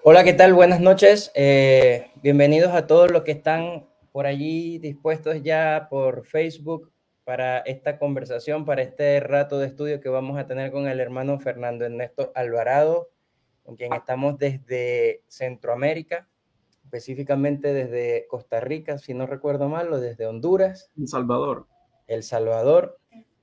Hola, ¿qué tal? Buenas noches. Bienvenidos a todos los que están por allí dispuestos ya por Facebook para esta conversación, para este rato de estudio que vamos a tener con el hermano Fernando Ernesto Alvarado, con quien estamos desde Centroamérica, específicamente desde Costa Rica, si no recuerdo mal, o desde Honduras, En Salvador. El Salvador,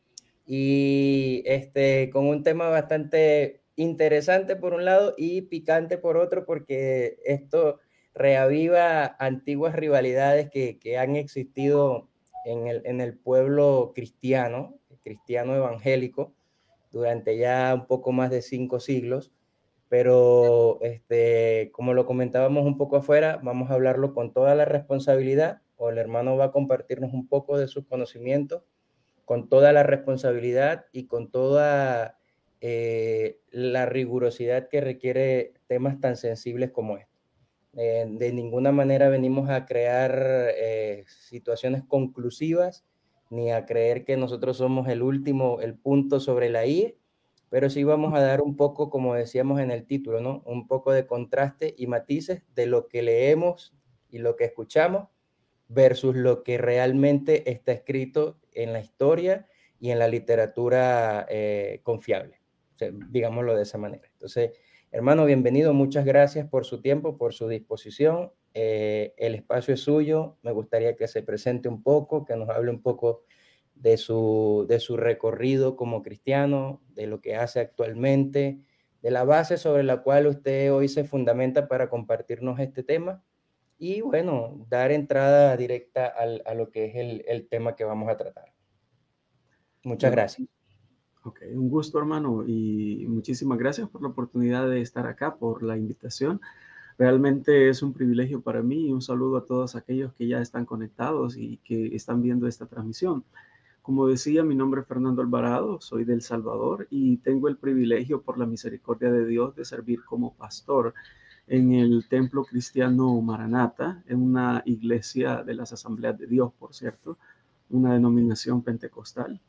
y con un tema bastante interesante por un lado y picante por otro, porque esto reaviva antiguas rivalidades que han existido en el pueblo cristiano evangélico, durante ya un poco más de 5 siglos. Pero como lo comentábamos un poco afuera, vamos a hablarlo con toda la responsabilidad, o el hermano va a compartirnos un poco de sus conocimientos con toda la responsabilidad y con toda la rigurosidad que requiere temas tan sensibles como este. De ninguna manera venimos a crear situaciones conclusivas, ni a creer que nosotros somos el punto sobre la I, pero sí vamos a dar un poco, como decíamos en el título, ¿no? Un poco de contraste y matices de lo que leemos y lo que escuchamos versus lo que realmente está escrito en la historia y en la literatura confiable, o sea, digámoslo de esa manera. Entonces, hermano, bienvenido, muchas gracias por su tiempo, por su disposición. El espacio es suyo, me gustaría que se presente un poco, que nos hable un poco de su recorrido como cristiano, de lo que hace actualmente, de la base sobre la cual usted hoy se fundamenta para compartirnos este tema y bueno, dar entrada directa a lo que es el tema que vamos a tratar. Muchas Bueno, gracias. ok, un gusto, hermano, y muchísimas gracias por la oportunidad de estar acá, por la invitación. Realmente es un privilegio para mí y un saludo a todos aquellos que ya están conectados y que están viendo esta transmisión. Como decía, mi nombre es Fernando Alvarado, soy del Salvador y tengo el privilegio, por la misericordia de Dios, de servir como pastor en el Templo Cristiano Maranata, en una iglesia de las Asambleas de Dios, por cierto, una denominación pentecostal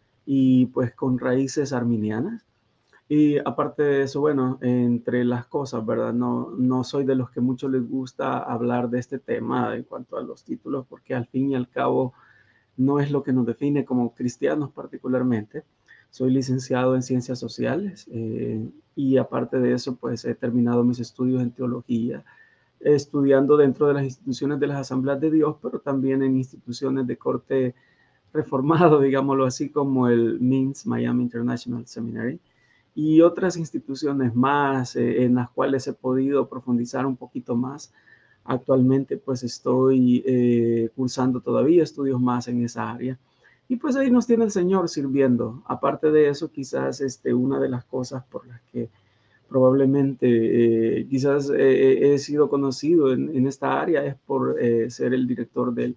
y pues con raíces arminianas. Y aparte de eso, bueno, entre las cosas, ¿verdad? No soy de los que mucho les gusta hablar de este tema en cuanto a los títulos, porque al fin y al cabo no es lo que nos define como cristianos particularmente. Soy licenciado en ciencias sociales y aparte de eso, pues he terminado mis estudios en teología, estudiando dentro de las instituciones de las asambleas de Dios, pero también en instituciones de corte reformado, digámoslo así, como el MINS, Miami International Seminary, y otras instituciones más en las cuales he podido profundizar un poquito más. Actualmente pues estoy cursando todavía estudios más en esa área. Y pues ahí nos tiene el Señor sirviendo. Aparte de eso, quizás una de las cosas por las que probablemente quizás he sido conocido en esta área es por ser el director del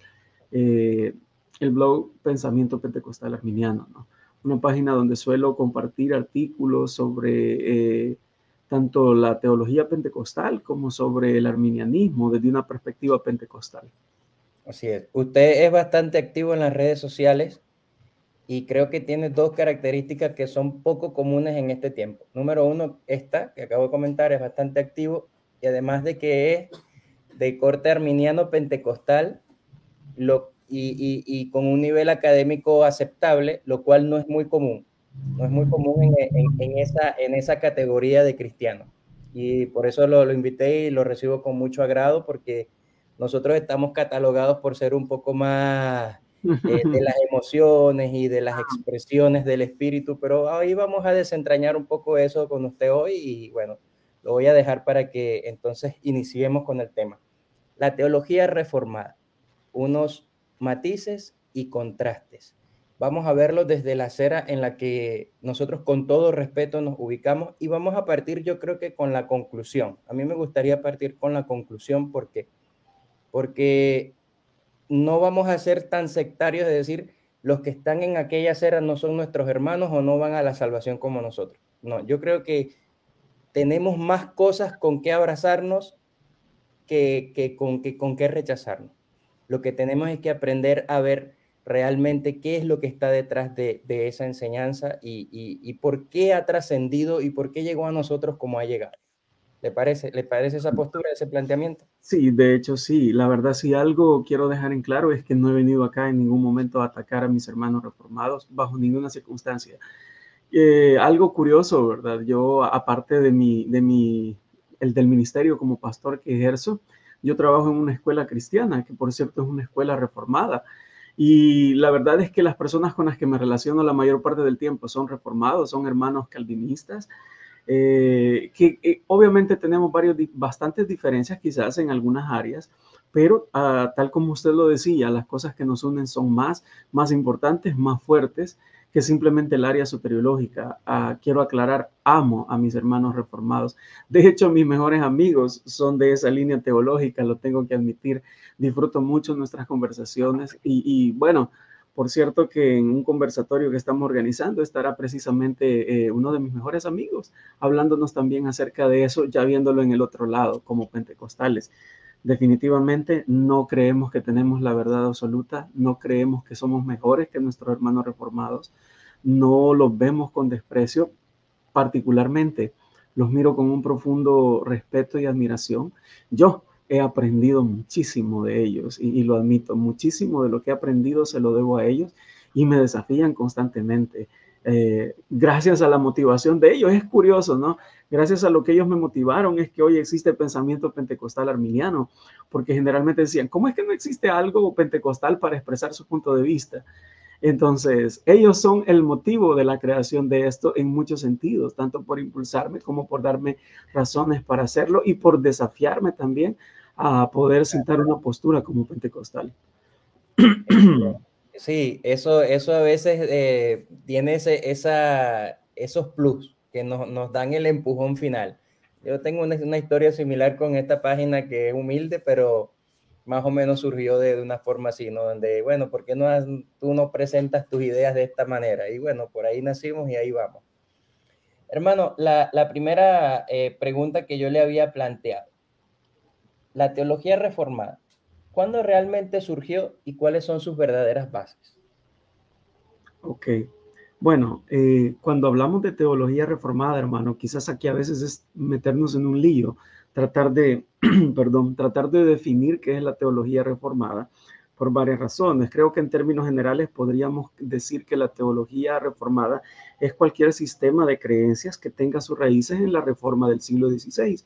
el blog Pensamiento Pentecostal Arminiano, ¿no? Una página donde suelo compartir artículos sobre tanto la teología pentecostal como sobre el arminianismo desde una perspectiva pentecostal. Así es. Usted es bastante activo en las redes sociales y creo que tiene dos características que son poco comunes en este tiempo. Número uno, esta que acabo de comentar, es bastante activo y además de que es de corte arminiano pentecostal y con un nivel académico aceptable, lo cual no es muy común. No es muy común en esa categoría de cristiano. Y por eso lo invité y lo recibo con mucho agrado, porque nosotros estamos catalogados por ser un poco más de las emociones y de las expresiones del espíritu, pero ahí vamos a desentrañar un poco eso con usted hoy y bueno, lo voy a dejar para que entonces iniciemos con el tema. La teología reformada, unos matices y contrastes. Vamos a verlo desde la acera en la que nosotros con todo respeto nos ubicamos y vamos a partir yo creo que con la conclusión. A mí me gustaría partir con la conclusión porque no vamos a ser tan sectarios de decir los que están en aquella acera no son nuestros hermanos o no van a la salvación como nosotros. No, yo creo que tenemos más cosas con que abrazarnos con qué rechazarnos. Lo que tenemos es que aprender a ver realmente qué es lo que está detrás de esa enseñanza y por qué ha trascendido y por qué llegó a nosotros como ha llegado. ¿Le parece esa postura, ese planteamiento? Sí, de hecho sí. La verdad, si algo quiero dejar en claro es que no he venido acá en ningún momento a atacar a mis hermanos reformados bajo ninguna circunstancia. Algo curioso, ¿verdad? Yo, aparte el del ministerio como pastor que ejerzo, yo trabajo en una escuela cristiana, que por cierto es una escuela reformada. Y la verdad es que las personas con las que me relaciono la mayor parte del tiempo son reformados, son hermanos calvinistas, obviamente tenemos bastantes diferencias quizás en algunas áreas, pero tal como usted lo decía, las cosas que nos unen son más importantes, más fuertes que simplemente el área soteriológica. Quiero aclarar, amo a mis hermanos reformados. De hecho, mis mejores amigos son de esa línea teológica, lo tengo que admitir. Disfruto mucho nuestras conversaciones y bueno, por cierto que en un conversatorio que estamos organizando estará precisamente uno de mis mejores amigos, hablándonos también acerca de eso, ya viéndolo en el otro lado, como pentecostales. Definitivamente no creemos que tenemos la verdad absoluta, no creemos que somos mejores que nuestros hermanos reformados, no los vemos con desprecio, particularmente los miro con un profundo respeto y admiración. Yo he aprendido muchísimo de ellos y lo admito, muchísimo de lo que he aprendido se lo debo a ellos y me desafían constantemente. Gracias a la motivación de ellos, es curioso, ¿no? Gracias a lo que ellos me motivaron es que hoy existe el pensamiento pentecostal arminiano, porque generalmente decían, ¿cómo es que no existe algo pentecostal para expresar su punto de vista? Entonces, ellos son el motivo de la creación de esto en muchos sentidos, tanto por impulsarme como por darme razones para hacerlo y por desafiarme también a poder sentar una postura como pentecostal. Sí, eso a veces tiene esos plus que nos dan el empujón final. Yo tengo una historia similar con esta página que es humilde, pero más o menos surgió de una forma así, ¿no? Donde, bueno, ¿por qué tú no presentas tus ideas de esta manera? Y bueno, por ahí nacimos y ahí vamos. Hermano, la primera pregunta que yo le había planteado, la teología reformada, ¿cuándo realmente surgió y cuáles son sus verdaderas bases? Ok. Bueno, cuando hablamos de teología reformada, hermano, quizás aquí a veces es meternos en un lío, tratar de, perdón, tratar de definir qué es la teología reformada por varias razones. Creo que en términos generales podríamos decir que la teología reformada es cualquier sistema de creencias que tenga sus raíces en la reforma del siglo XVI.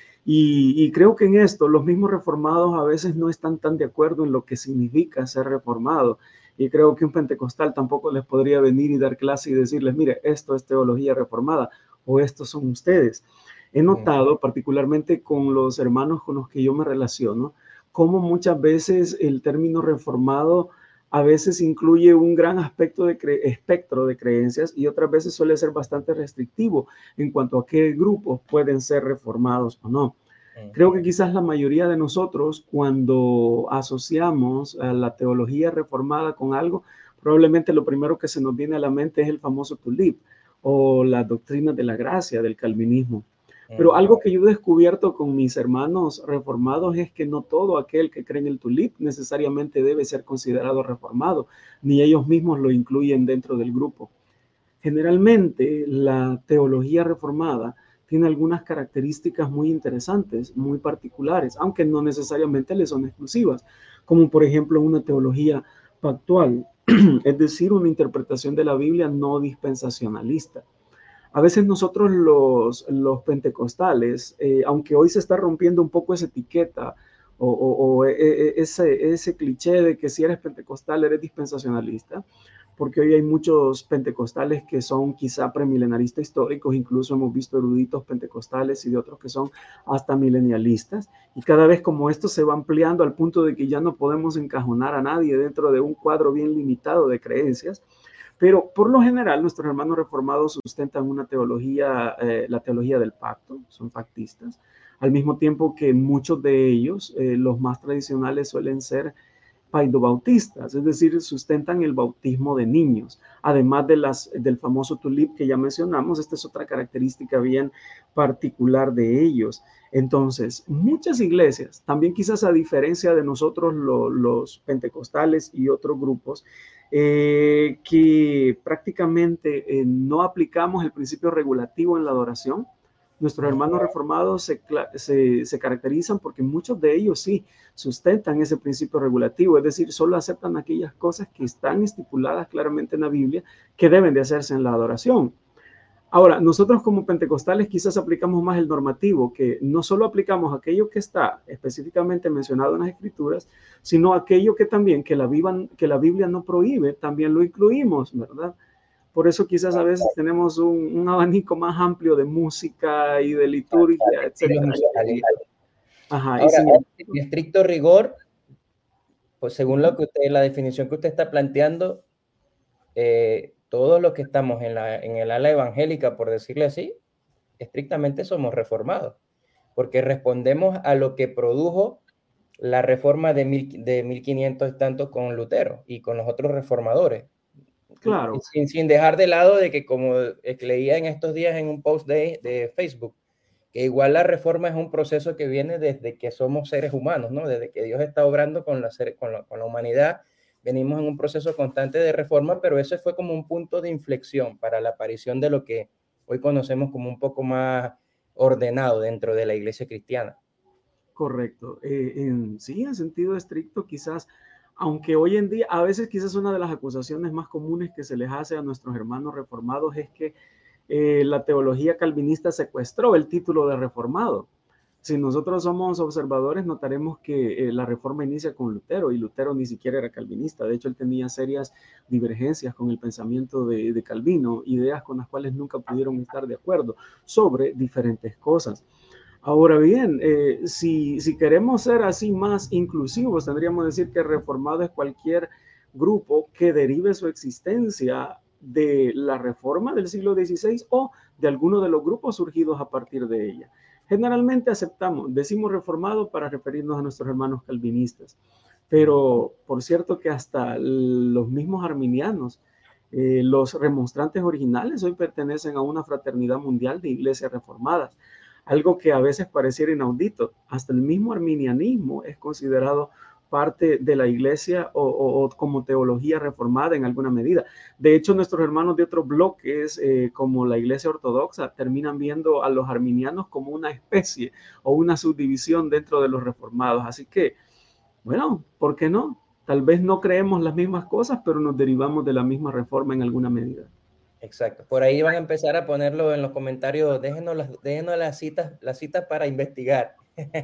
Y creo que en esto los mismos reformados a veces no están tan de acuerdo en lo que significa ser reformado. Y creo que un pentecostal tampoco les podría venir y dar clase y decirles, mire, esto es teología reformada o estos son ustedes. He notado, particularmente con los hermanos con los que yo me relaciono, cómo muchas veces el término reformado a veces incluye un gran espectro de creencias y otras veces suele ser bastante restrictivo en cuanto a qué grupos pueden ser reformados o no. Creo que quizás la mayoría de nosotros, cuando asociamos a la teología reformada con algo, probablemente lo primero que se nos viene a la mente es el famoso tulip o las doctrinas de la gracia del calvinismo. Pero algo que yo he descubierto con mis hermanos reformados es que no todo aquel que cree en el tulip necesariamente debe ser considerado reformado, ni ellos mismos lo incluyen dentro del grupo. Generalmente la teología reformada tiene algunas características muy interesantes, muy particulares, aunque no necesariamente le son exclusivas, como por ejemplo una teología pactual, es decir, una interpretación de la Biblia no dispensacionalista. A veces nosotros los pentecostales, aunque hoy se está rompiendo un poco esa etiqueta ese cliché de que si eres pentecostal eres dispensacionalista, porque hoy hay muchos pentecostales que son quizá premilenaristas históricos, incluso hemos visto eruditos pentecostales y de otros que son hasta milenialistas, y cada vez como esto se va ampliando al punto de que ya no podemos encajonar a nadie dentro de un cuadro bien limitado de creencias, pero por lo general nuestros hermanos reformados sustentan una teología, la teología del pacto, son pactistas, al mismo tiempo que muchos de ellos, los más tradicionales suelen ser paidobautistas, es decir, sustentan el bautismo de niños, además del famoso tulip que ya mencionamos. Esta es otra característica bien particular de ellos. Entonces, muchas iglesias, también quizás a diferencia de nosotros los pentecostales y otros grupos, que prácticamente no aplicamos el principio regulativo en la adoración, Nuestros hermanos reformados se caracterizan porque muchos de ellos sí sustentan ese principio regulativo, es decir, solo aceptan aquellas cosas que están estipuladas claramente en la Biblia que deben de hacerse en la adoración. Ahora, nosotros como pentecostales quizás aplicamos más el normativo, que no solo aplicamos aquello que está específicamente mencionado en las escrituras, sino aquello que también, que la Biblia no prohíbe, también lo incluimos, ¿verdad? Por eso quizás a veces tenemos un abanico más amplio de música y de liturgia, Estilos etcétera. musicales. Ajá, y Ahora, sin en estricto rigor, pues según lo que usted, la definición que usted está planteando, todos los que estamos en el ala evangélica, por decirle así, estrictamente somos reformados, porque respondemos a lo que produjo la reforma de 1500 y tanto con Lutero y con los otros reformadores. claro, Sin dejar de lado de que, como leía en estos días en un post de Facebook, que igual la reforma es un proceso que viene desde que somos seres humanos, ¿no? Desde que Dios está obrando con la humanidad, venimos en un proceso constante de reforma, pero ese fue como un punto de inflexión para la aparición de lo que hoy conocemos como un poco más ordenado dentro de la iglesia cristiana. correcto. Sí, en sentido estricto, quizás, aunque hoy en día, a veces quizás una de las acusaciones más comunes que se les hace a nuestros hermanos reformados es que la teología calvinista secuestró el título de reformado. Si nosotros somos observadores, notaremos que la reforma inicia con Lutero y Lutero ni siquiera era calvinista. De hecho, él tenía serias divergencias con el pensamiento de Calvino, ideas con las cuales nunca pudieron estar de acuerdo sobre diferentes cosas. Ahora bien, si queremos ser así más inclusivos, tendríamos que decir que reformado es cualquier grupo que derive su existencia de la reforma del siglo XVI o de alguno de los grupos surgidos a partir de ella. Generalmente decimos reformado para referirnos a nuestros hermanos calvinistas, pero por cierto que hasta los mismos arminianos, los remonstrantes originales hoy pertenecen a una fraternidad mundial de iglesias reformadas, algo que a veces pareciera inaudito. Hasta el mismo arminianismo es considerado parte de la iglesia o como teología reformada en alguna medida. De hecho, nuestros hermanos de otros bloques, como la iglesia ortodoxa, terminan viendo a los arminianos como una especie o una subdivisión dentro de los reformados. Así que, bueno, ¿por qué no? Tal vez no creemos las mismas cosas, pero nos derivamos de la misma reforma en alguna medida. Exacto. Por ahí van a empezar a ponerlo en los comentarios. Déjenos las citas para investigar.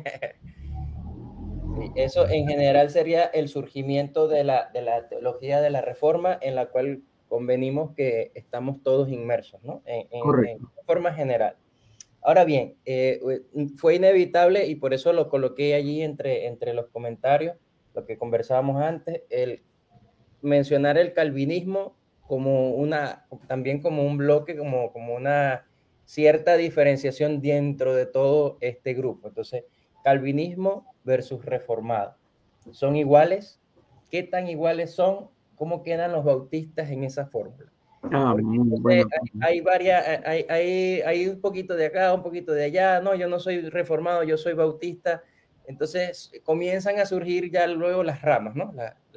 Sí, eso en general sería el surgimiento de la teología de la reforma, en la cual convenimos que estamos todos inmersos, ¿no? En Correcto. forma general. Ahora bien, fue inevitable y por eso lo coloqué allí entre los comentarios, lo que conversábamos antes, el mencionar el calvinismo como también como un bloque, como una cierta diferenciación dentro de todo este grupo. Entonces, calvinismo versus reformado. ¿Son iguales? ¿Qué tan iguales son? ¿Cómo quedan los bautistas en esa fórmula? Porque Muy entonces bueno. hay varias, hay un poquito de acá, un poquito de allá, no, yo no soy reformado, yo soy bautista. Entonces comienzan a surgir ya luego las ramas, ¿no?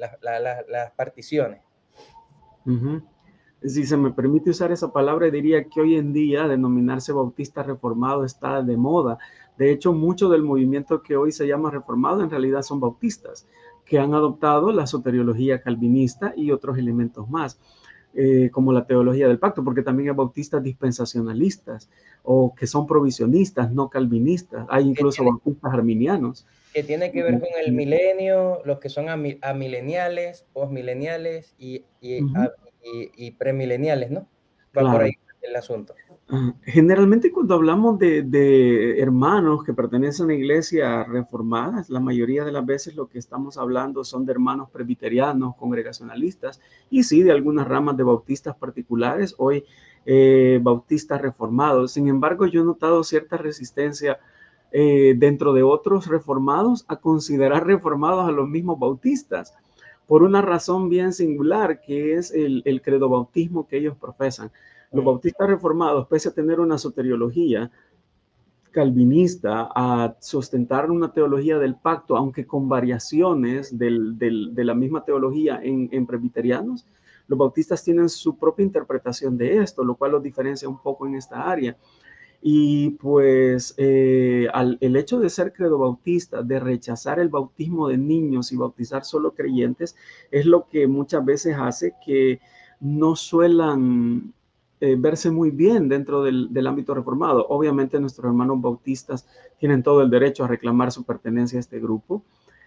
Las particiones. Ujú. Si se me permite usar esa palabra, diría que hoy en día denominarse bautista reformado está de moda. De hecho, mucho del movimiento que hoy se llama reformado en realidad son bautistas, que han adoptado la soteriología calvinista y otros elementos más, como la teología del pacto, porque también hay bautistas dispensacionalistas o que son provisionistas, no calvinistas. Hay ¿Qué incluso tiene, bautistas arminianos. qué tiene que ver con el milenio, los que son amileniales, postmileniales Ujú, y premileniales, ¿no? Va por ahí claro. el asunto. Generalmente cuando hablamos de hermanos que pertenecen a iglesias reformadas, la mayoría de las veces lo que estamos hablando son de hermanos presbiterianos, congregacionalistas, y sí, de algunas ramas de bautistas particulares, hoy bautistas reformados. Sin embargo, yo he notado cierta resistencia dentro de otros reformados a considerar reformados a los mismos bautistas, por una razón bien singular, que es el credobautismo que ellos profesan. Los Mm. bautistas reformados, pese a tener una soteriología calvinista, a sustentar una teología del pacto, aunque con variaciones de la misma teología en presbiterianos, los bautistas tienen su propia interpretación de esto, lo cual los diferencia un poco en esta área. Y pues el hecho de ser credo bautista, de rechazar el bautismo de niños y bautizar solo creyentes, es lo que muchas veces hace que no suelan verse muy bien dentro del ámbito reformado. Obviamente nuestros hermanos bautistas tienen todo el derecho a reclamar su pertenencia a este grupo.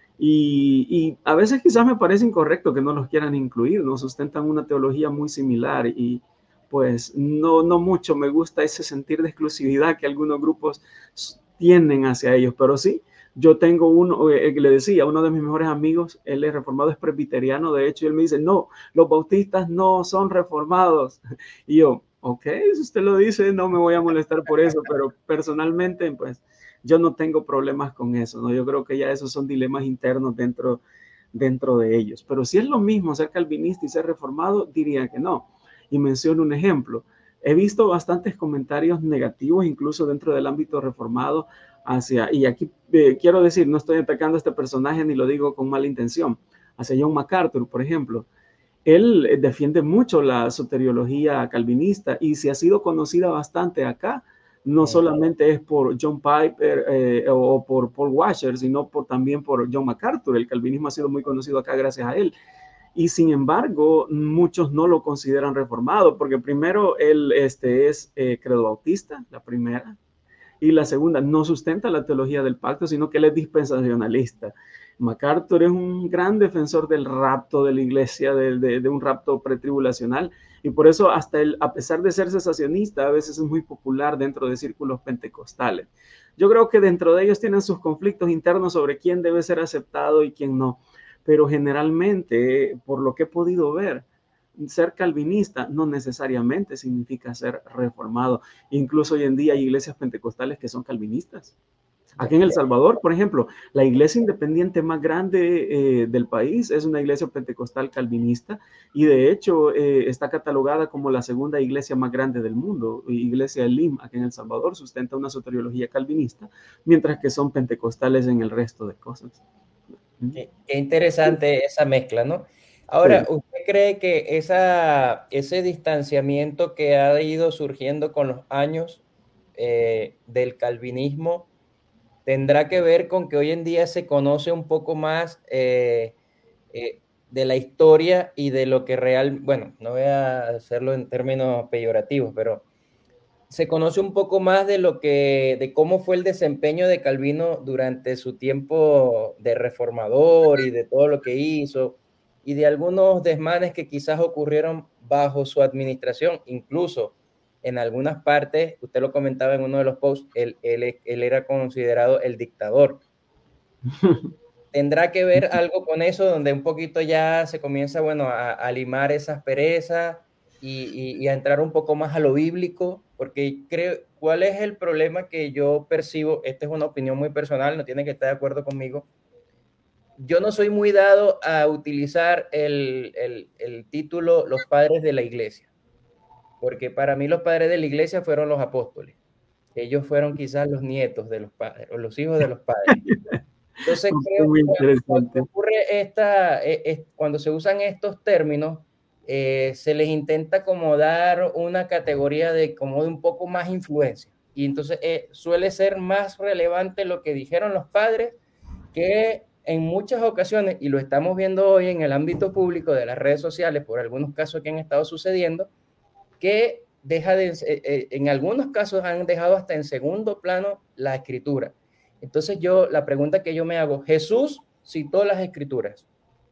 Y a veces quizás me parece incorrecto que no los quieran incluir, no sustentan una teología muy similar y pues no mucho me gusta ese sentir de exclusividad que algunos grupos tienen hacia ellos, pero sí, yo tengo uno, le decía, uno de mis mejores amigos, él es reformado, es presbiteriano, de hecho, y él me dice, no, los bautistas no son reformados. Y yo, ok, si usted lo dice, no me voy a molestar por eso, pero personalmente, pues yo no tengo problemas con eso, ¿no? Yo creo que ya esos son dilemas internos dentro de ellos. Pero si es lo mismo ser calvinista y ser reformado, diría que no. Y menciono un ejemplo. He visto bastantes comentarios negativos, incluso dentro del ámbito reformado, y aquí quiero decir, no estoy atacando a este personaje ni lo digo con mala intención, hacia John MacArthur, por ejemplo. Él defiende mucho la soteriología calvinista y si ha sido conocida bastante acá, no solamente es por John Piper o por Paul Washer, sino también por John MacArthur. El calvinismo ha sido muy conocido acá gracias a él. Y sin embargo, muchos no lo consideran reformado, porque primero él es credo bautista, la primera, y la segunda, no sustenta la teología del pacto, sino que él es dispensacionalista. MacArthur es un gran defensor del rapto de la iglesia, de un rapto pretribulacional, y por eso hasta él, a pesar de ser cesacionista, a veces es muy popular dentro de círculos pentecostales. Yo creo que dentro de ellos tienen sus conflictos internos sobre quién debe ser aceptado y quién no, pero generalmente, por lo que he podido ver, ser calvinista no necesariamente significa ser reformado. Incluso hoy en día hay iglesias pentecostales que son calvinistas. Ya, Aquí en El ya. Salvador, por ejemplo, la iglesia independiente más grande del país es una iglesia pentecostal calvinista y de hecho está catalogada como la segunda iglesia más grande del mundo. Iglesia Elim, aquí en El Salvador, sustenta una soteriología calvinista, mientras que son pentecostales en el resto de cosas. Qué interesante esa mezcla, ¿no? Ahora, Sí. ¿usted cree que ese distanciamiento que ha ido surgiendo con los años del calvinismo tendrá que ver con que hoy en día se conoce un poco más de la historia y de lo que bueno, no voy a hacerlo en términos peyorativos, pero se conoce un poco más de cómo fue el desempeño de Calvino durante su tiempo de reformador y de todo lo que hizo y de algunos desmanes que quizás ocurrieron bajo su administración, incluso en algunas partes, usted lo comentaba en uno de los posts, él era considerado el dictador. ¿Tendrá que ver algo con eso, donde un poquito ya se comienza, bueno, a limar esas perezas y a entrar un poco más a lo bíblico? Porque creo, ¿cuál es el problema que yo percibo? Esta es una opinión muy personal, no tiene que estar de acuerdo conmigo. Yo no soy muy dado a utilizar el título los padres de la iglesia, porque para mí los padres de la iglesia fueron los apóstoles. Ellos fueron quizás los nietos de los padres o los hijos de los padres. Entonces creo Muy que cuando interesante. ocurre cuando se usan estos términos, se les intenta como dar una categoría como de un poco más influencia. Y entonces suele ser más relevante lo que dijeron los padres que en muchas ocasiones, y lo estamos viendo hoy en el ámbito público de las redes sociales por algunos casos que han estado sucediendo, que en algunos casos han dejado hasta en segundo plano la escritura. Entonces la pregunta que yo me hago, Jesús citó las escrituras,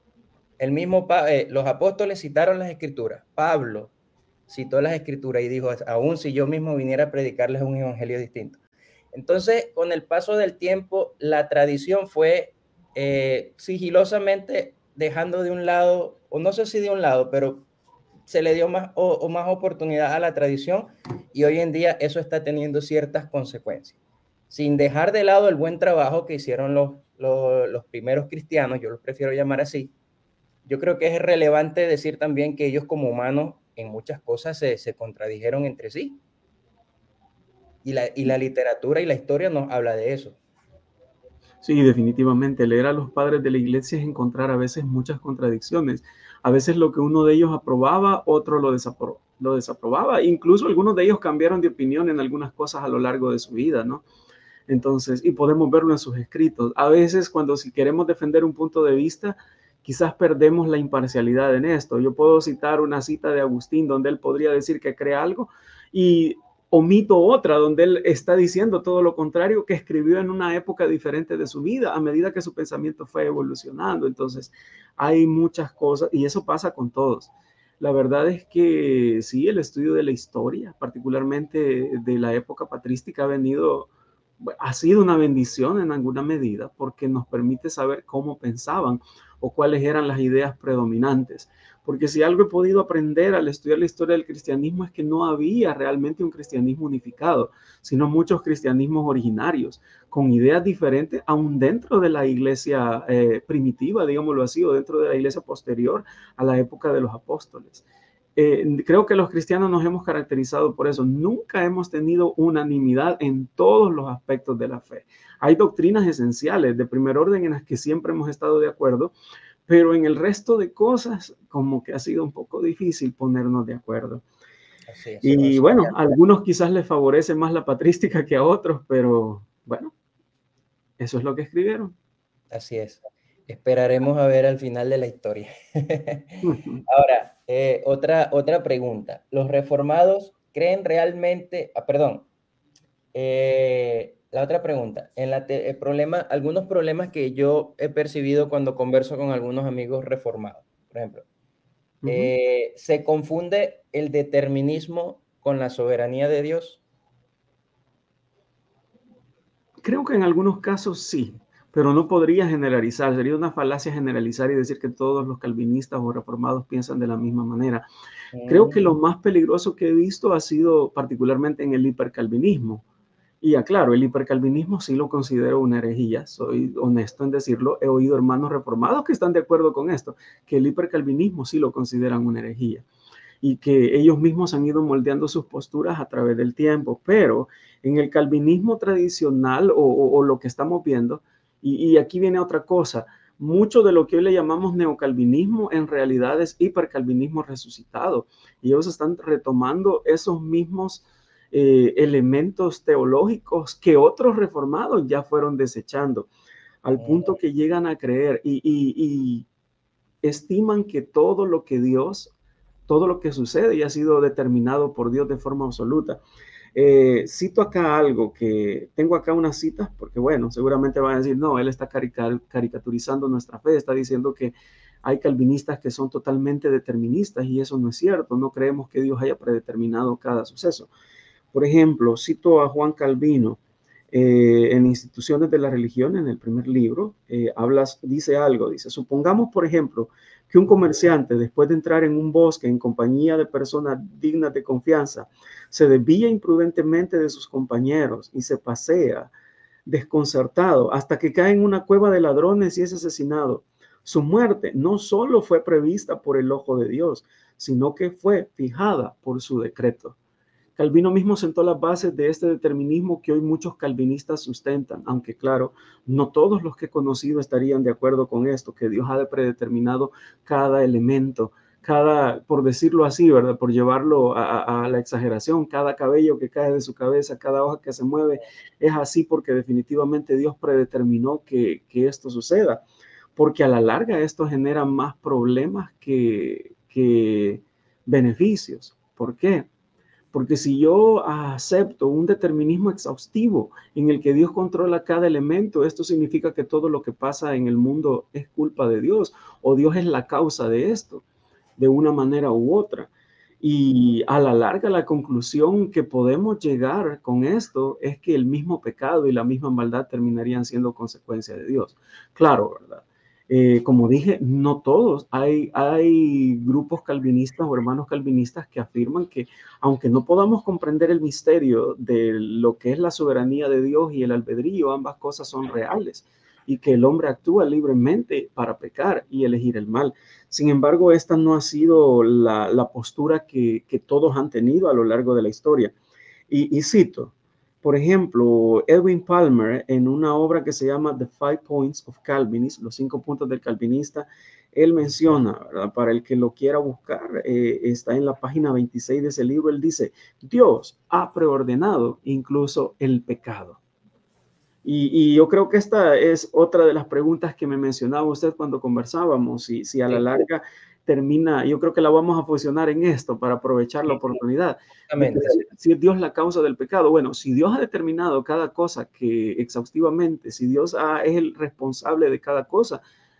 los apóstoles citaron las escrituras, Pablo citó las escrituras y dijo, aún si yo mismo viniera a predicarles un evangelio distinto. Entonces, con el paso del tiempo, la tradición fue sigilosamente dejando de un lado, o no sé si de un lado, pero se le dio más oportunidad a la tradición y hoy en día eso está teniendo ciertas consecuencias. Sin dejar de lado el buen trabajo que hicieron los primeros cristianos, yo los prefiero llamar así, yo creo que es relevante decir también que ellos como humanos en muchas cosas se contradijeron entre sí. Y la literatura y la historia nos habla de eso. Sí, definitivamente. Leer a los padres de la iglesia es encontrar a veces muchas contradicciones. A veces lo que uno de ellos aprobaba, otro lo desaprobaba. Incluso algunos de ellos cambiaron de opinión en algunas cosas a lo largo de su vida, ¿no? Entonces, y podemos verlo en sus escritos. A veces cuando si queremos defender un punto de vista, quizás perdemos la imparcialidad en esto. Yo puedo citar una cita de Agustín donde él podría decir que cree algo y omito otra donde él está diciendo todo lo contrario, que escribió en una época diferente de su vida a medida que su pensamiento fue evolucionando. Entonces, hay muchas cosas y eso pasa con todos. La verdad es que sí, el estudio de la historia, particularmente de la época patrística, ha sido una bendición en alguna medida porque nos permite saber cómo pensaban o cuáles eran las ideas predominantes. Porque si algo he podido aprender al estudiar la historia del cristianismo es que no había realmente un cristianismo unificado, sino muchos cristianismos originarios, con ideas diferentes, aún dentro de la iglesia primitiva, digámoslo así, o dentro de la iglesia posterior a la época de los apóstoles. Creo que los cristianos nos hemos caracterizado por eso. Nunca hemos tenido unanimidad en todos los aspectos de la fe. Hay doctrinas esenciales de primer orden en las que siempre hemos estado de acuerdo, pero en el resto de cosas como que ha sido un poco difícil ponernos de acuerdo. Así es, o Y sea, bueno, a algunos quizás les favorece más la patrística que a otros, pero bueno, eso es lo que escribieron. así es. Esperaremos a ver al final de la historia. Ahora, otra pregunta. ¿Los reformados creen realmente, perdón, la otra pregunta, el problema, algunos problemas que yo he percibido cuando converso con algunos amigos reformados, por ejemplo, se confunde el determinismo con la soberanía de Dios. Creo que en algunos casos sí, pero no podría generalizar. Sería una falacia generalizar y decir que todos los calvinistas o reformados piensan de la misma manera. Creo que lo Mm, más peligroso que he visto ha sido particularmente en el hipercalvinismo. Y aclaro, el hipercalvinismo sí lo considero una herejía, soy honesto en decirlo. He oído hermanos reformados que están de acuerdo con esto, que el hipercalvinismo sí lo consideran una herejía y que ellos mismos han ido moldeando sus posturas a través del tiempo, pero en el calvinismo tradicional o lo que estamos viendo, y aquí viene otra cosa, mucho de lo que hoy le llamamos neocalvinismo en realidad es hipercalvinismo resucitado, y ellos están retomando esos mismos elementos teológicos que otros reformados ya fueron desechando, al punto mm, que llegan a creer y estiman que todo lo que sucede ya ha sido determinado por Dios de forma absoluta. Cito acá algo que tengo acá unas citas, porque bueno, seguramente van a decir, no, él está caricaturizando nuestra fe, está diciendo que hay calvinistas que son totalmente deterministas y eso no es cierto, no creemos que Dios haya predeterminado cada suceso. Por ejemplo, cito a Juan Calvino en Instituciones de la Religión, en el primer libro, dice algo, dice, supongamos, por ejemplo, que un comerciante, después de entrar en un bosque en compañía de personas dignas de confianza, se desvía imprudentemente de sus compañeros y se pasea desconcertado hasta que cae en una cueva de ladrones y es asesinado. Su muerte no solo fue prevista por el ojo de Dios, sino que fue fijada por su decreto. Calvino mismo sentó las bases de este determinismo que hoy muchos calvinistas sustentan, aunque claro, no todos los que he conocido estarían de acuerdo con esto, que Dios ha predeterminado cada elemento, por decirlo así, ¿verdad? Por llevarlo a la exageración, cada cabello que cae de su cabeza, cada hoja que se mueve, es así porque definitivamente Dios predeterminó que esto suceda, porque a la larga esto genera más problemas que beneficios. ¿Por qué? Porque si yo acepto un determinismo exhaustivo en el que Dios controla cada elemento, esto significa que todo lo que pasa en el mundo es culpa de Dios o Dios es la causa de esto, de una manera u otra. Y a la larga, la conclusión que podemos llegar con esto es que el mismo pecado y la misma maldad terminarían siendo consecuencia de Dios. Claro, ¿verdad? Como dije, no todos. Hay grupos calvinistas o hermanos calvinistas que afirman que aunque no podamos comprender el misterio de lo que es la soberanía de Dios y el albedrío, ambas cosas son reales y que el hombre actúa libremente para pecar y elegir el mal. Sin embargo, esta no ha sido la postura que todos han tenido a lo largo de la historia. Y cito, Por ejemplo, Edwin Palmer, en una obra que se llama The Five Points of Calvinism, los 5 puntos del calvinista, él menciona, ¿verdad? Para el que lo quiera buscar, está en la página 26 de ese libro, él dice, Dios ha preordenado incluso el pecado. Y yo creo que esta es otra de las preguntas que me mencionaba usted cuando conversábamos, si a la Sí, larga termina, yo creo que la vamos a fusionar en esto para aprovechar la sí, sí, oportunidad de que exactamente, sí. si es Dios la causa del pecado. Bueno, si Dios ha determinado cada cosa que exhaustivamente, si Dios es el responsable de cada cosa,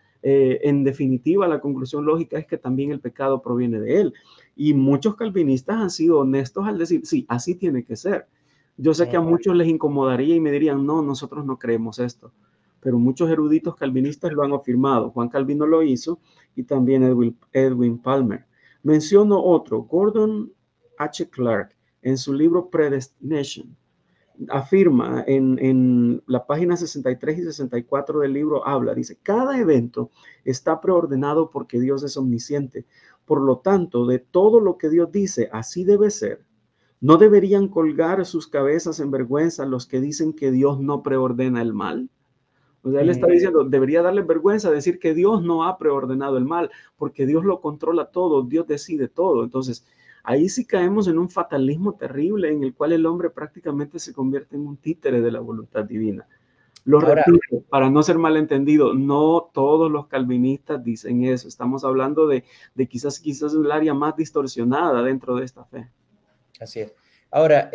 en definitiva la conclusión lógica es que también el pecado proviene de él. Y muchos calvinistas han sido honestos al decir, sí, así tiene que ser. Yo sé que a Ujú. muchos les incomodaría y me dirían, no, nosotros no creemos esto, pero muchos eruditos calvinistas lo han afirmado. Juan Calvino lo hizo y también Edwin Palmer. Menciono otro, Gordon H. Clark, en su libro Predestination, afirma en la página 63 y 64 del libro, habla, dice, cada evento está preordenado porque Dios es omnisciente. Por lo tanto, de todo lo que Dios dice, así debe ser. ¿No deberían colgar sus cabezas en vergüenza los que dicen que Dios no preordena el mal? O sea, él está Mm, diciendo, debería darle vergüenza decir que Dios no ha preordenado el mal, porque Dios lo controla todo, Dios decide todo. Entonces, ahí sí caemos en un fatalismo terrible en el cual el hombre prácticamente se convierte en un títere de la voluntad divina. Lo Ahora, repito, para no ser malentendido, no todos los calvinistas dicen eso. Estamos hablando de quizás el área más distorsionada dentro de esta fe. así es. Ahora,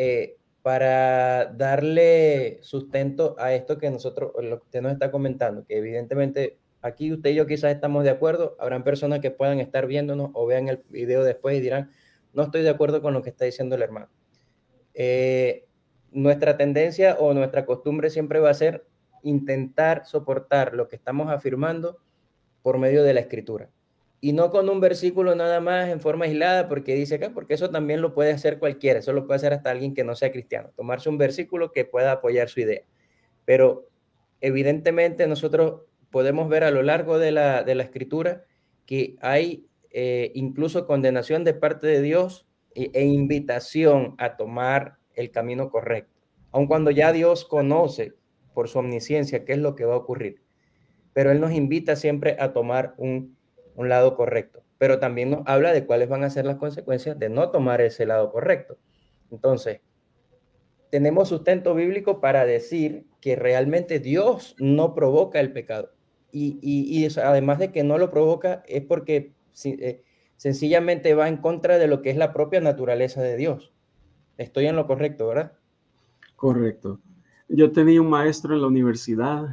para darle sustento a esto que nosotros, lo que usted nos está comentando, que evidentemente aquí usted y yo quizás estamos de acuerdo, habrán personas que puedan estar viéndonos o vean el video después y dirán, no estoy de acuerdo con lo que está diciendo el hermano. Eh, Nuestra tendencia o nuestra costumbre siempre va a ser intentar soportar lo que estamos afirmando por medio de la escritura. Y no con un versículo nada más en forma aislada, porque dice acá, porque eso también lo puede hacer cualquiera, eso lo puede hacer hasta alguien que no sea cristiano, tomarse un versículo que pueda apoyar su idea. Pero evidentemente nosotros podemos ver a lo largo de la escritura que hay incluso condenación de parte de Dios e invitación a tomar el camino correcto, aun cuando ya Dios conoce por su omnisciencia qué es lo que va a ocurrir, pero Él nos invita siempre a tomar un lado correcto, pero también nos habla de cuáles van a ser las consecuencias de no tomar ese lado correcto. Entonces, tenemos sustento bíblico para decir que realmente Dios no provoca el pecado. Y eso, además de que no lo provoca, es porque sencillamente va en contra de lo que es la propia naturaleza de Dios. Estoy en lo correcto, ¿verdad? Correcto. Yo tenía un maestro en la universidad,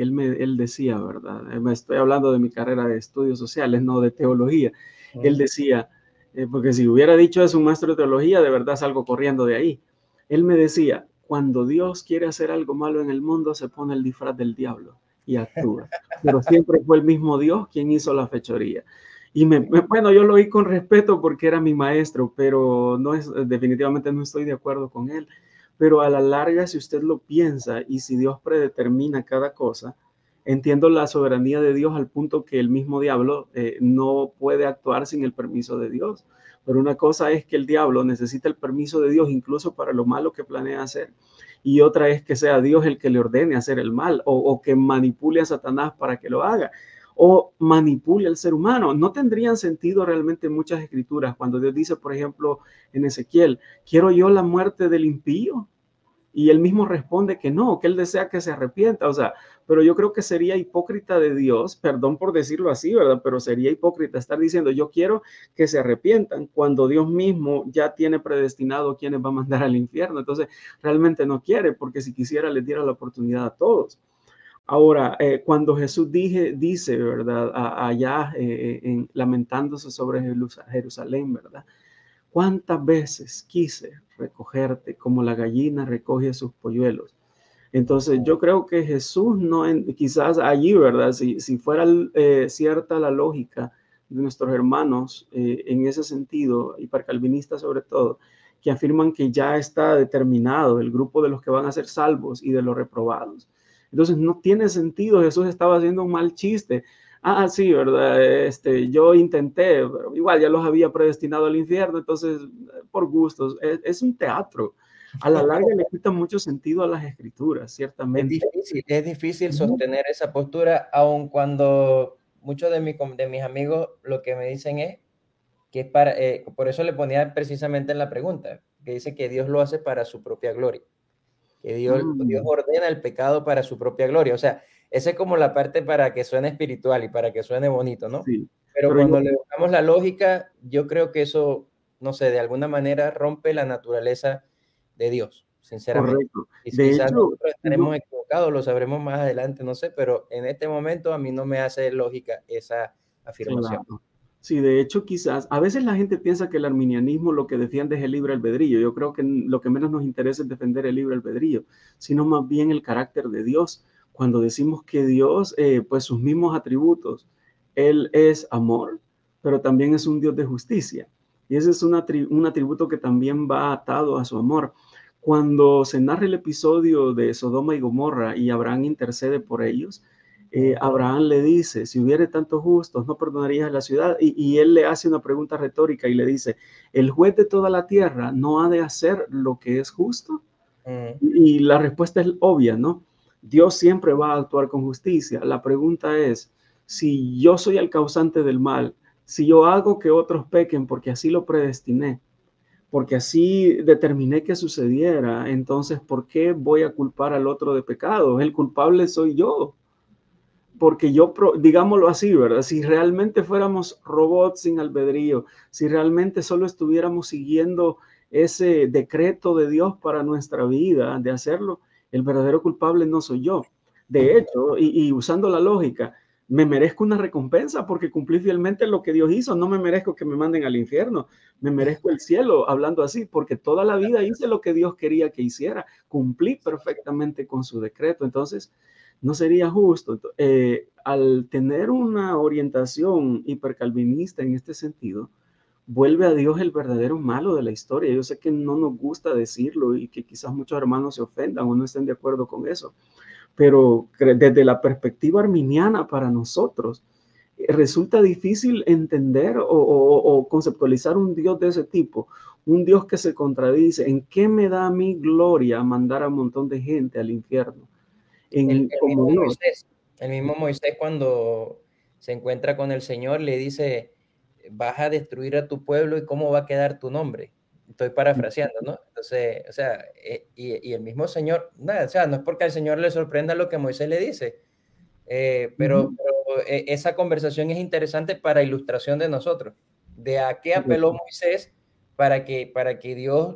él decía, ¿verdad? Me estoy hablando de mi carrera de estudios sociales, no de teología. Él Uh decía, porque si hubiera dicho es un maestro de teología, de verdad salgo corriendo de ahí. Él me decía, cuando Dios quiere hacer algo malo en el mundo, se pone el disfraz del diablo y actúa. Pero siempre fue el mismo Dios quien hizo la fechoría. Y bueno, yo lo oí con respeto porque era mi maestro, pero no es, definitivamente no estoy de acuerdo con él. Pero a la larga, si usted lo piensa y si Dios predetermina cada cosa, entiendo la soberanía de Dios al punto que el mismo diablo no puede actuar sin el permiso de Dios. Pero una cosa es que el diablo necesita el permiso de Dios incluso para lo malo que planea hacer. Y otra es que sea Dios el que le ordene hacer el mal o que manipule a Satanás para que lo haga o manipule al ser humano. No tendrían sentido realmente muchas escrituras cuando Dios dice, por ejemplo, en Ezequiel, ¿quiero yo la muerte del impío? Y él mismo responde que no, que él desea que se arrepienta. O sea, pero yo creo que sería hipócrita de Dios, perdón por decirlo así, ¿verdad? Pero sería hipócrita estar diciendo, yo quiero que se arrepientan cuando Dios mismo ya tiene predestinado quienes va a mandar al infierno. Entonces, realmente no quiere, porque si quisiera, les diera la oportunidad a todos. Ahora, cuando Jesús dice, ¿verdad? Allá lamentándose sobre Jerusalén, ¿verdad? ¿Cuántas veces quise recogerte como la gallina recoge sus polluelos? Entonces, yo creo que Jesús no, quizás allí, ¿verdad? Si fuera cierta la lógica de nuestros hermanos en ese sentido, hipercalvinistas sobre todo, que afirman que ya está determinado el grupo de los que van a ser salvos y de los reprobados. Entonces, no tiene sentido, Jesús estaba haciendo un mal chiste. Ah, sí, ¿verdad? Yo intenté, pero igual ya los había predestinado al infierno, entonces, por gustos, es un teatro. a la larga le quita mucho sentido a las escrituras, ciertamente. Es difícil Ujú. sostener esa postura, aun cuando muchos de mis amigos lo que me dicen es que es para, por eso le ponía precisamente en la pregunta, que dice que Dios lo hace para su propia gloria, que Dios Mm, ordena el pecado para su propia gloria. O sea, esa es como la parte para que suene espiritual y para que suene bonito, ¿no? sí, Pero pero yo, cuando le buscamos la lógica, yo creo que eso, no sé, de alguna manera rompe la naturaleza de Dios, sinceramente. correcto. Y De quizás hecho, nosotros no, estaremos equivocados, lo sabremos más adelante, no sé, pero en este momento a mí no me hace lógica esa afirmación. claro. Sí, de hecho, quizás, a veces la gente piensa que el arminianismo lo que defiende es el libre albedrío. Yo creo que lo que menos nos interesa es defender el libre albedrío, sino más bien el carácter de Dios. Cuando decimos que Dios, pues sus mismos atributos, Él es amor, pero también es un Dios de justicia. Y ese es un atributo que también va atado a su amor. Cuando se narra el episodio de Sodoma y Gomorra y Abraham intercede por ellos, Mm, Abraham le dice, si hubiere tantos justos, no perdonarías la ciudad. Y él le hace una pregunta retórica y le dice, ¿el juez de toda la tierra no ha de hacer lo que es justo? mm. Y la respuesta es obvia, ¿no? Dios siempre va a actuar con justicia. La pregunta es, si yo soy el causante del mal, si yo hago que otros pequen porque así lo predestiné, porque así determiné que sucediera, entonces, ¿por qué voy a culpar al otro de pecado? El culpable soy yo, porque yo, digámoslo así, ¿verdad? Si realmente fuéramos robots sin albedrío, si realmente solo estuviéramos siguiendo ese decreto de Dios para nuestra vida, de hacerlo, el verdadero culpable no soy yo. De hecho, y usando la lógica, me merezco una recompensa porque cumplí fielmente lo que Dios hizo, no me merezco que me manden al infierno, me merezco el cielo, hablando así, porque toda la vida hice lo que Dios quería que hiciera, cumplí perfectamente con su decreto. Entonces, no sería justo. Al tener una orientación hipercalvinista en este sentido, vuelve a Dios el verdadero malo de la historia. Yo sé que no nos gusta decirlo y que quizás muchos hermanos se ofendan o no estén de acuerdo con eso, pero desde la perspectiva arminiana para nosotros, resulta difícil entender o conceptualizar un Dios de ese tipo, un Dios que se contradice. ¿En qué me da a mí gloria mandar a un montón de gente al infierno? El Como mismo Dios. Moisés, el mismo Moisés cuando se encuentra con el Señor le dice, vas a destruir a tu pueblo y cómo va a quedar tu nombre. Estoy parafraseando, ¿no? Entonces, o sea, y el mismo Señor, nada, o sea, no es porque al Señor le sorprenda lo que Moisés le dice, Ujú. esa conversación es interesante para ilustración de nosotros, de a qué apeló Correcto. Moisés para que Dios,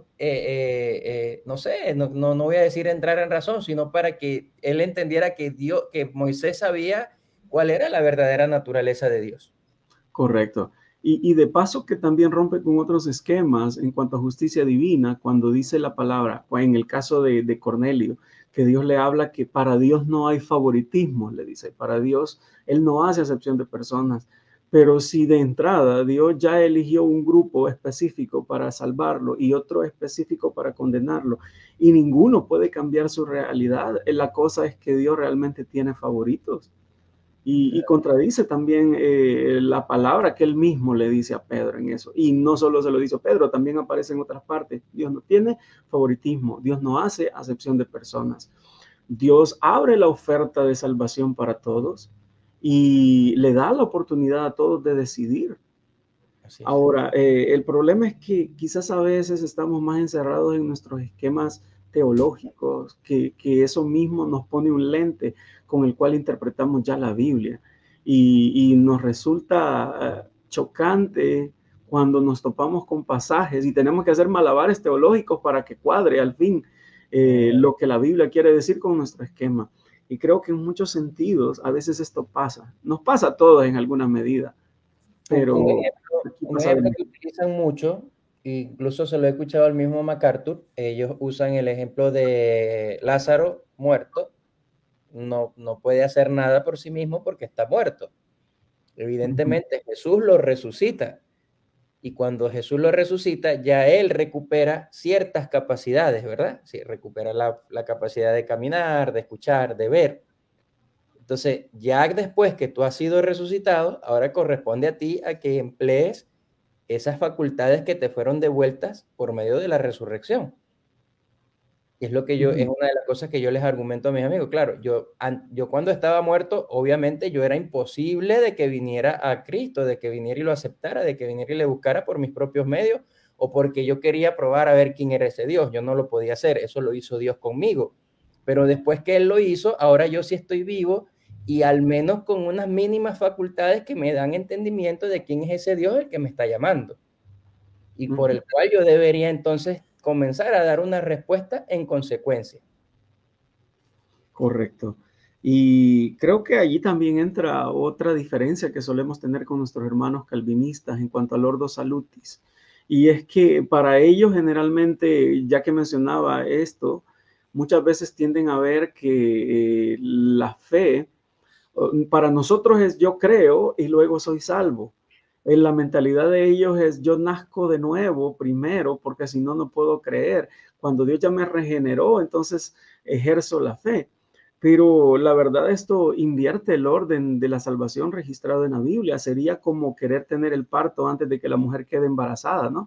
no sé, no voy a decir entrar en razón, sino para que él entendiera que Dios, que Moisés sabía cuál era la verdadera naturaleza de Dios. Correcto. Y de paso que también rompe con otros esquemas en cuanto a justicia divina, cuando dice la palabra, pues en el caso de Cornelio, que Dios le habla que para Dios no hay favoritismo, le dice, para Dios, Él no hace acepción de personas, pero si de entrada Dios ya eligió un grupo específico para salvarlo y otro específico para condenarlo, y ninguno puede cambiar su realidad, la cosa es que Dios realmente tiene favoritos. Y contradice también la palabra que él mismo le dice a Pedro en eso. Y no solo se lo dice a Pedro, también aparece en otras partes. Dios no tiene favoritismo, Dios no hace acepción de personas. Dios abre la oferta de salvación para todos y le da la oportunidad a todos de decidir. Así es. Ahora, el problema es que quizás a veces estamos más encerrados en nuestros esquemas teológicos, que eso mismo nos pone un lente con el cual interpretamos ya la Biblia. Y nos resulta chocante cuando nos topamos con pasajes y tenemos que hacer malabares teológicos para que cuadre al fin Mm. lo que la Biblia quiere decir con nuestro esquema. Y creo que en muchos sentidos a veces esto pasa. Nos pasa a todos en alguna medida, pero aquí Un pasa de ejemplo nuevo. que utilizan mucho, incluso se lo he escuchado al mismo MacArthur, ellos usan el ejemplo de Lázaro muerto, no puede hacer nada por sí mismo porque está muerto. Ujú. Evidentemente Jesús lo resucita y cuando Jesús lo resucita ya él recupera ciertas capacidades, ¿verdad? Sí, recupera la capacidad de caminar, de escuchar, de ver. Entonces, ya después que tú has sido resucitado, ahora corresponde a ti a que emplees esas facultades que te fueron devueltas por medio de la resurrección. Y es lo que es Ujú, una de las cosas que yo les argumento a mis amigos. Claro, yo cuando estaba muerto, obviamente yo era imposible de que viniera a Cristo, de que viniera y lo aceptara, de que viniera y le buscara por mis propios medios o porque yo quería probar a ver quién era ese Dios. Yo no lo podía hacer, eso lo hizo Dios conmigo. Pero después que Él lo hizo, ahora yo sí estoy vivo y al menos con unas mínimas facultades que me dan entendimiento de quién es ese Dios el que me está llamando y por ujú. el cual yo debería entonces comenzar a dar una respuesta en consecuencia. Correcto. Y creo que allí también entra otra diferencia que solemos tener con nuestros hermanos calvinistas en cuanto al Ordo Salutis. Y es que para ellos generalmente, ya que mencionaba esto, muchas veces tienden a ver que la fe, para nosotros es yo creo y luego soy salvo. En la mentalidad de ellos es yo nazco de nuevo primero porque si no, no puedo creer. Cuando Dios ya me regeneró, entonces ejerzo la fe. Pero la verdad esto invierte el orden de la salvación registrado en la Biblia. Sería como querer tener el parto antes de que la mujer quede embarazada, ¿no?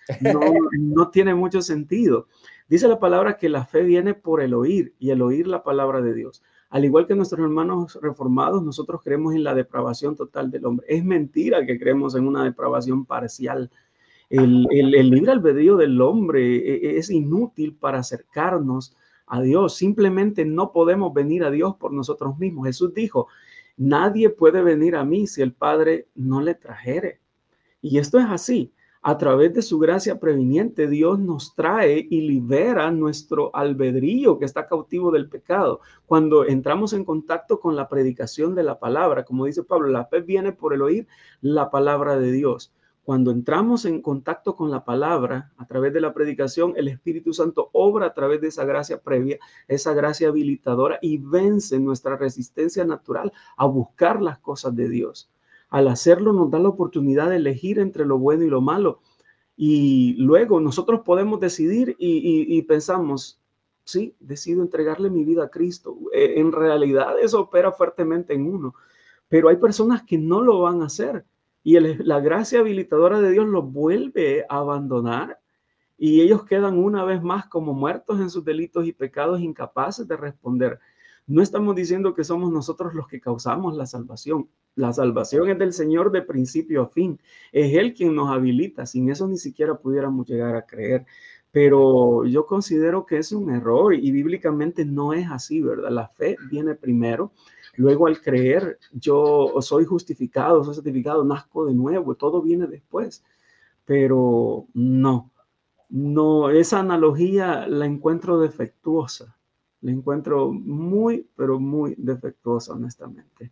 No tiene mucho sentido. Dice la palabra que la fe viene por el oír y el oír la palabra de Dios. Al igual que nuestros hermanos reformados, nosotros creemos en la depravación total del hombre. Es mentira que creemos en una depravación parcial. El libre albedrío del hombre es inútil para acercarnos a Dios. Simplemente no podemos venir a Dios por nosotros mismos. Jesús dijo, nadie puede venir a mí si el Padre no le trajere. Y esto es así. A través de su gracia previniente, Dios nos trae y libera nuestro albedrío que está cautivo del pecado. Cuando entramos en contacto con la predicación de la palabra, como dice Pablo, la fe viene por el oír la palabra de Dios. Cuando entramos en contacto con la palabra a través de la predicación, el Espíritu Santo obra a través de esa gracia previa, esa gracia habilitadora y vence nuestra resistencia natural a buscar las cosas de Dios. Al hacerlo nos da la oportunidad de elegir entre lo bueno y lo malo. Y luego nosotros podemos decidir y pensamos, sí, decido entregarle mi vida a Cristo. En realidad eso opera fuertemente en uno, pero hay personas que no lo van a hacer y la gracia habilitadora de Dios los vuelve a abandonar y ellos quedan una vez más como muertos en sus delitos y pecados, incapaces de responder. No estamos diciendo que somos nosotros los que causamos la salvación. La salvación es del Señor de principio a fin. Es Él quien nos habilita. Sin eso ni siquiera pudiéramos llegar a creer. Correcto. Pero yo considero que es un error y bíblicamente no es así, ¿verdad? La fe viene primero. Luego al creer, yo soy justificado, soy certificado, nazco de nuevo, todo viene después. Pero no, no, esa analogía la encuentro defectuosa. La encuentro muy, pero muy defectuosa, honestamente.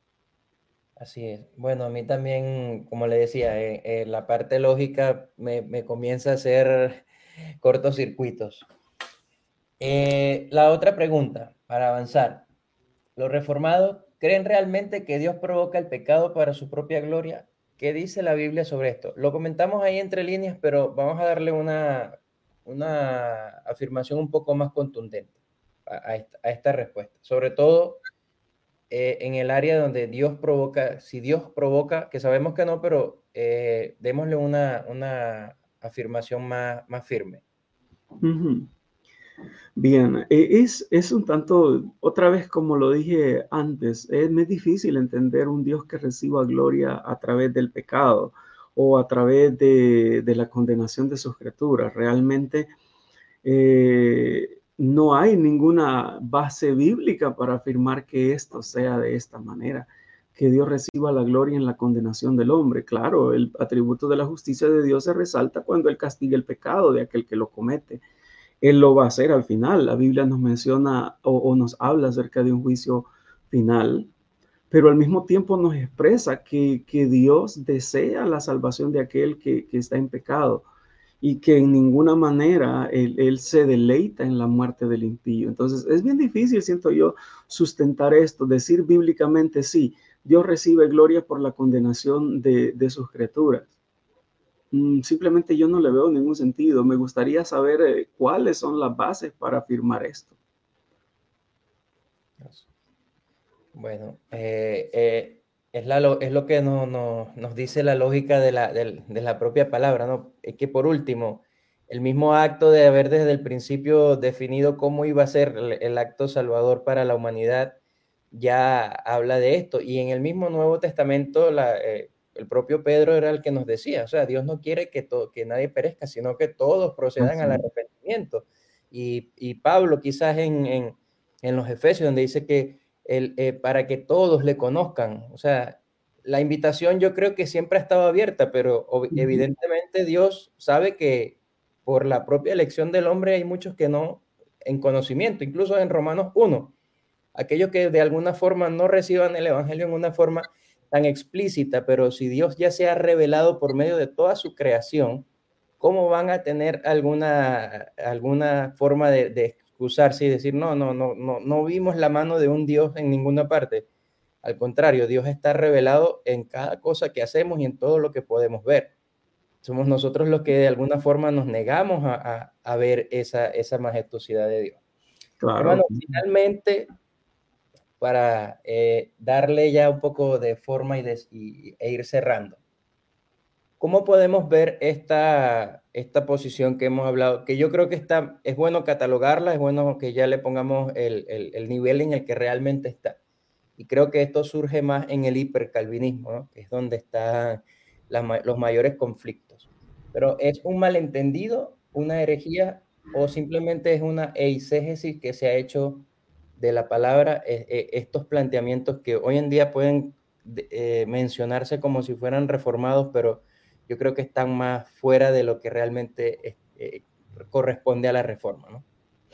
Así es. Bueno, a mí también, como le decía, la parte lógica me comienza a hacer cortocircuitos. La otra pregunta, para avanzar. ¿Los reformados creen realmente que Dios provoca el pecado para su propia gloria? ¿Qué dice la Biblia sobre esto? Lo comentamos ahí entre líneas, pero vamos a darle una afirmación un poco más contundente a esta respuesta. Sobre todo en el área donde Dios provoca, si Dios provoca, que sabemos que no, pero démosle una afirmación más firme. Ujú. Bien, es un tanto, otra vez como lo dije antes, es muy difícil entender un Dios que reciba gloria a través del pecado o a través de la condenación de sus criaturas. Realmente no hay ninguna base bíblica para afirmar que esto sea de esta manera, que Dios reciba la gloria en la condenación del hombre. Claro, el atributo de la justicia de Dios se resalta cuando Él castiga el pecado de aquel que lo comete. Él lo va a hacer al final. La Biblia nos menciona o nos habla acerca de un juicio final, pero al mismo tiempo nos expresa que Dios desea la salvación de aquel que está en pecado y que en ninguna manera él se deleita en la muerte del impío. Entonces es bien difícil, siento yo, sustentar esto, decir bíblicamente sí, Dios recibe gloria por la condenación de sus criaturas. Simplemente yo no le veo ningún sentido. Me gustaría saber cuáles son las bases para afirmar esto. Bueno, es lo que nos dice la lógica de la propia palabra, ¿no? Es que por último, el mismo acto de haber desde el principio definido cómo iba a ser el acto salvador para la humanidad, ya habla de esto. Y en el mismo Nuevo Testamento, el propio Pedro era el que nos decía, o sea, Dios no quiere que nadie perezca, sino que todos procedan Así al es. arrepentimiento. Y Pablo quizás en los Efesios, donde dice que para que todos le conozcan, o sea, la invitación yo creo que siempre ha estado abierta, pero Ujú. evidentemente Dios sabe que por la propia elección del hombre hay muchos que no, en conocimiento, incluso en Romanos 1, aquellos que de alguna forma no reciban el Evangelio en una forma tan explícita, pero si Dios ya se ha revelado por medio de toda su creación, ¿cómo van a tener alguna forma de excusarse y decir, no vimos la mano de un Dios en ninguna parte? Al contrario, Dios está revelado en cada cosa que hacemos y en todo lo que podemos ver. Somos nosotros los que de alguna forma nos negamos a ver esa majestuosidad de Dios. Claro. Hermano, finalmente, para darle ya un poco de forma e ir cerrando, ¿cómo podemos ver esta posición que hemos hablado? Que yo creo que es bueno catalogarla, es bueno que ya le pongamos el nivel en el que realmente está. Y creo que esto surge más en el hipercalvinismo, ¿no? Que es donde están los mayores conflictos. Pero ¿es un malentendido, una herejía, o simplemente es una eisegesis que se ha hecho de la palabra, estos planteamientos que hoy en día pueden mencionarse como si fueran reformados, pero yo creo que están más fuera de lo que realmente corresponde a la reforma, ¿no?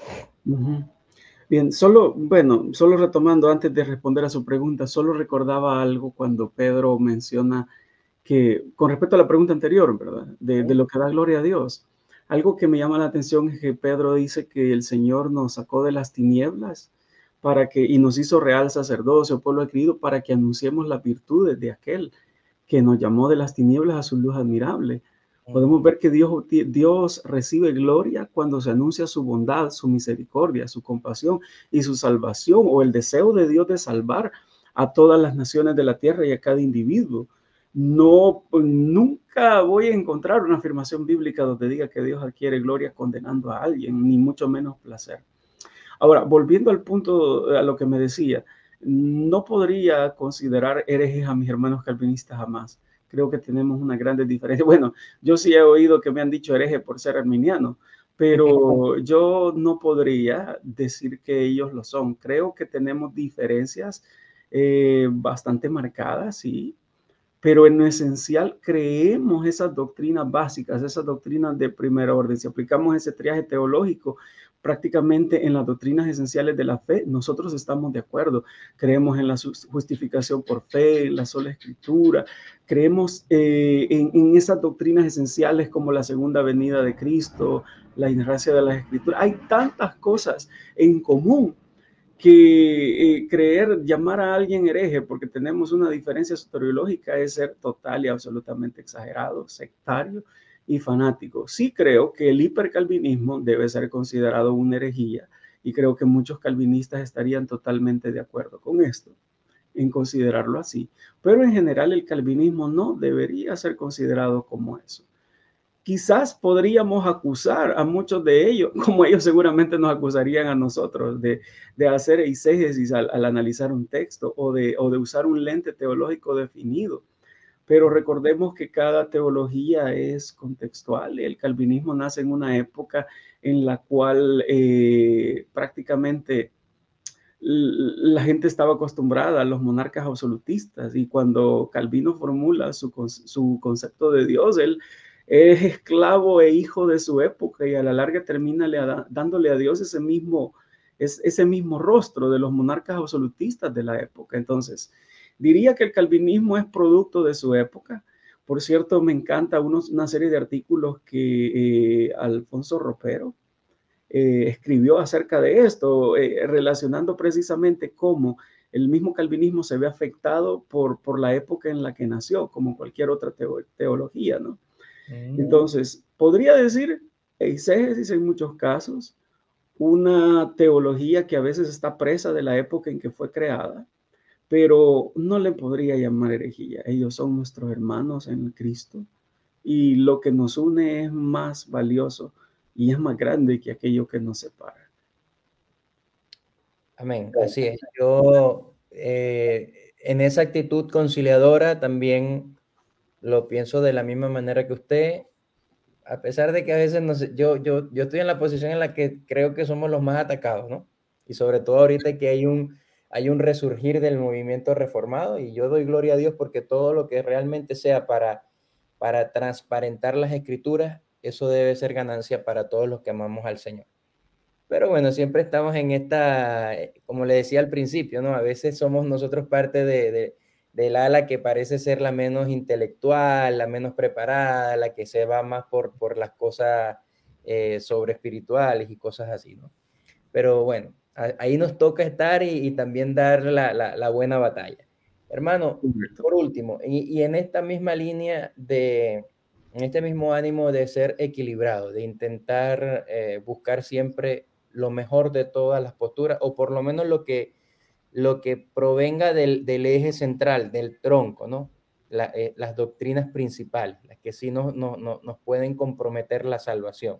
Ujú. Bien, solo, bueno, solo retomando antes de responder a su pregunta, solo recordaba algo cuando Pedro menciona que, con respecto a la pregunta anterior, ¿verdad? De ¿Mm? lo que da gloria a Dios. Algo que me llama la atención es que Pedro dice que el Señor nos sacó de las tinieblas y nos hizo real sacerdocio, pueblo adquirido, para que anunciemos las virtudes de aquel que nos llamó de las tinieblas a su luz admirable. Podemos Ujú. ver que Dios recibe gloria cuando se anuncia su bondad, su misericordia, su compasión y su salvación, o el deseo de Dios de salvar a todas las naciones de la tierra y a cada individuo. No, nunca voy a encontrar una afirmación bíblica donde diga que Dios adquiere gloria condenando a alguien, ni mucho menos placer. Ahora, volviendo al punto, a lo que me decía, no podría considerar herejes a mis hermanos calvinistas jamás. Creo que tenemos una grande diferencia. Bueno, yo sí he oído que me han dicho hereje por ser arminiano, pero yo no podría decir que ellos lo son. Creo que tenemos diferencias bastante marcadas, sí, pero en lo esencial creemos esas doctrinas básicas, esas doctrinas de primera orden. Si aplicamos ese triaje teológico prácticamente en las doctrinas esenciales de la fe, nosotros estamos de acuerdo. Creemos en la justificación por fe, en la sola escritura, creemos en esas doctrinas esenciales como la segunda venida de Cristo, la inerrancia de las escrituras. Hay tantas cosas en común que creer, llamar a alguien hereje porque tenemos una diferencia soteriológica es ser total y absolutamente exagerado, sectario y fanático. Sí creo que el hipercalvinismo debe ser considerado una herejía y creo que muchos calvinistas estarían totalmente de acuerdo con esto, en considerarlo así. Pero en general el calvinismo no debería ser considerado como eso. Quizás podríamos acusar a muchos de ellos, como ellos seguramente nos acusarían a nosotros de hacer eisegesis al analizar un texto o de usar un lente teológico definido. Pero recordemos que cada teología es contextual. El calvinismo nace en una época en la cual prácticamente la gente estaba acostumbrada a los monarcas absolutistas y cuando Calvino formula su concepto de Dios, él es esclavo e hijo de su época y a la larga termina dándole a Dios ese mismo rostro de los monarcas absolutistas de la época. Entonces, diría que el calvinismo es producto de su época. Por cierto, me encanta una serie de artículos que Alfonso Ropero escribió acerca de esto, relacionando precisamente cómo el mismo calvinismo se ve afectado por la época en la que nació, como cualquier otra teología, ¿no? Mm. Entonces, podría decir eisegesis en muchos casos, una teología que a veces está presa de la época en que fue creada, pero no le podría llamar herejía. Ellos son nuestros hermanos en Cristo y lo que nos une es más valioso y es más grande que aquello que nos separa. Amén, así es. Yo en esa actitud conciliadora también lo pienso de la misma manera que usted, a pesar de que a veces no sé, yo estoy en la posición en la que creo que somos los más atacados, ¿no? Y sobre todo ahorita que hay un resurgir del movimiento reformado y yo doy gloria a Dios porque todo lo que realmente sea para transparentar las escrituras, eso debe ser ganancia para todos los que amamos al Señor. Pero bueno, siempre estamos en esta, como le decía al principio, ¿no? A veces somos nosotros parte del ala que parece ser la menos intelectual, la menos preparada, la que se va más por las cosas sobre espirituales y cosas así, ¿no? Pero bueno, ahí nos toca estar y también dar la buena batalla. Hermano, Correcto. por último, y en esta misma línea en este mismo ánimo de ser equilibrado, de intentar buscar siempre lo mejor de todas las posturas, o por lo menos lo que provenga del eje central, del tronco, ¿no? Las doctrinas principales, las que sí nos pueden comprometer la salvación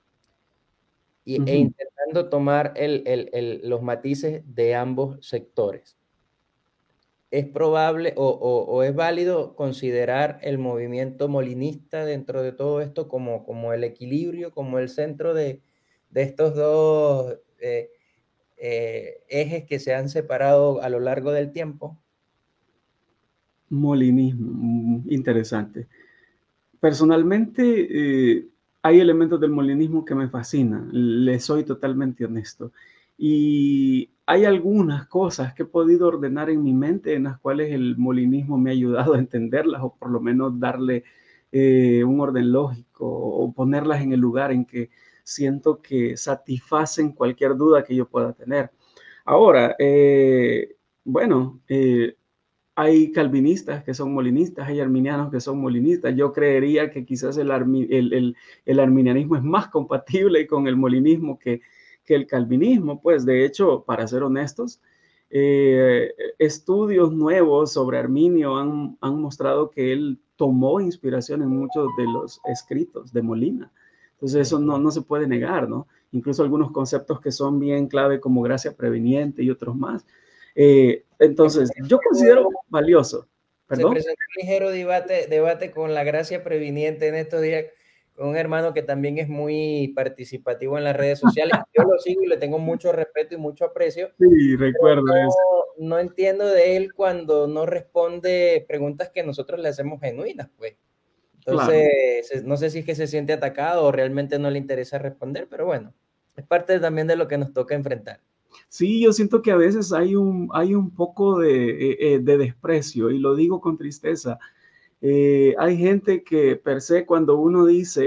e Ujú. intentando tomar los matices de ambos sectores. ¿Es probable o es válido considerar el movimiento molinista dentro de todo esto como el equilibrio, como el centro de estos dos ejes que se han separado a lo largo del tiempo? Molinismo, interesante. Personalmente, hay elementos del molinismo que me fascinan, le soy totalmente honesto. Y hay algunas cosas que he podido ordenar en mi mente en las cuales el molinismo me ha ayudado a entenderlas o por lo menos darle un orden lógico o ponerlas en el lugar en que siento que satisfacen cualquier duda que yo pueda tener. Ahora, bueno, hay calvinistas que son molinistas, hay arminianos que son molinistas. Yo creería que quizás el arminianismo es más compatible con el molinismo que el calvinismo. Pues de hecho, para ser honestos, estudios nuevos sobre Arminio han mostrado que él tomó inspiración en muchos de los escritos de Molina. Entonces eso Sí. no se puede negar, ¿no? Incluso algunos conceptos que son bien clave como gracia preveniente y otros más. Entonces, yo considero valioso, Se perdón. presentó un ligero debate con la gracia previniente en estos días, con un hermano que también es muy participativo en las redes sociales. Yo lo sigo y le tengo mucho respeto y mucho aprecio, Sí, pero recuerdo eso. no entiendo de él cuando no responde preguntas que nosotros le hacemos genuinas, pues. Claro. Entonces, no sé si es que se siente atacado o realmente no le interesa responder, pero bueno, es parte también de lo que nos toca enfrentar. Sí, yo siento que a veces hay un poco de desprecio y lo digo con tristeza. Hay gente que per se cuando uno dice,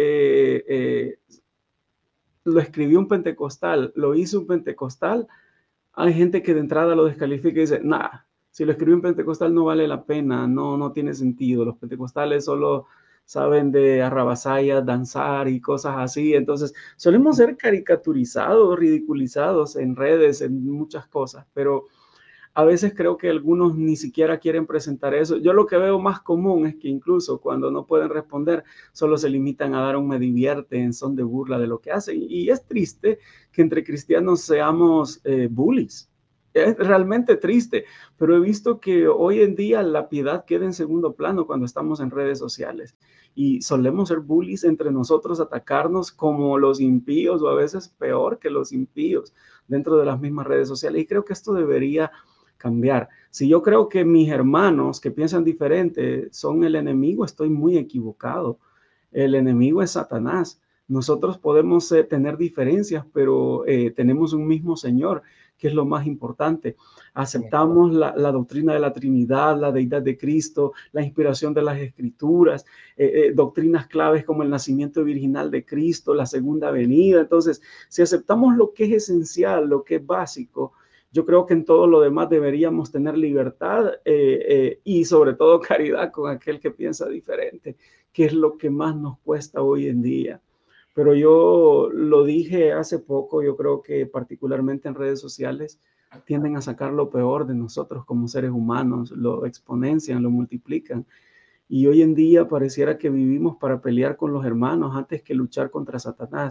lo escribió un pentecostal, lo hizo un pentecostal, hay gente que de entrada lo descalifica y dice, nah, si lo escribió un pentecostal no vale la pena, no tiene sentido. Los pentecostales solo saben de arrabasaya, danzar y cosas así. Entonces, solemos ser caricaturizados, ridiculizados en redes, en muchas cosas, pero a veces creo que algunos ni siquiera quieren presentar eso. Yo lo que veo más común es que incluso cuando no pueden responder, solo se limitan a dar un me divierte en son de burla de lo que hacen. Y es triste que entre cristianos seamos bullies. Es realmente triste, pero he visto que hoy en día la piedad queda en segundo plano cuando estamos en redes sociales y solemos ser bullies entre nosotros, atacarnos como los impíos o a veces peor que los impíos dentro de las mismas redes sociales. Y creo que esto debería cambiar. Si yo creo que mis hermanos que piensan diferente son el enemigo, estoy muy equivocado. El enemigo es Satanás. Nosotros podemos tener diferencias, pero tenemos un mismo Señor, que es lo más importante. Aceptamos doctrina de la Trinidad, la deidad de Cristo, la inspiración de las Escrituras, doctrinas claves como el nacimiento virginal de Cristo, la segunda venida. Entonces, si aceptamos lo que es esencial, lo que es básico, yo creo que en todo lo demás deberíamos tener libertad y sobre todo caridad con aquel que piensa diferente, que es lo que más nos cuesta hoy en día. Pero yo lo dije hace poco, yo creo que particularmente en redes sociales tienden a sacar lo peor de nosotros como seres humanos, lo exponencian, lo multiplican. Y hoy en día pareciera que vivimos para pelear con los hermanos antes que luchar contra Satanás.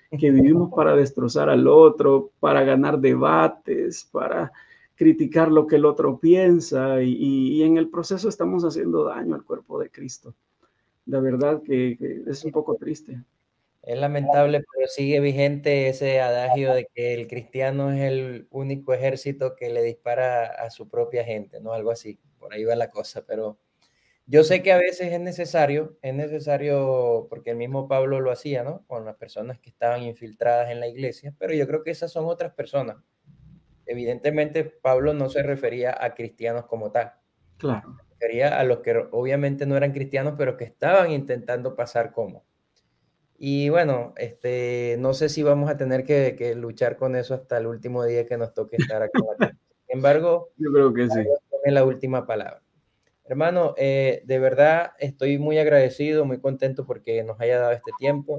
que vivimos para destrozar al otro, para ganar debates, para criticar lo que el otro piensa y en el proceso estamos haciendo daño al cuerpo de Cristo. La verdad que es un poco triste. Es lamentable, pero sigue vigente ese adagio de que el cristiano es el único ejército que le dispara a su propia gente, ¿no? Algo así, por ahí va la cosa, pero yo sé que a veces es necesario porque el mismo Pablo lo hacía, ¿no? Con las personas que estaban infiltradas en la iglesia, pero yo creo que esas son otras personas. Evidentemente, Pablo no se refería a cristianos como tal, Claro. se refería a los que obviamente no eran cristianos, pero que estaban intentando pasar como. Y bueno, no sé si vamos a tener que luchar con eso hasta el último día que nos toque estar acá en la tierra. Sin embargo, Yo creo que sí. Dios tiene la última palabra. Hermano, de verdad estoy muy agradecido, muy contento porque nos haya dado este tiempo.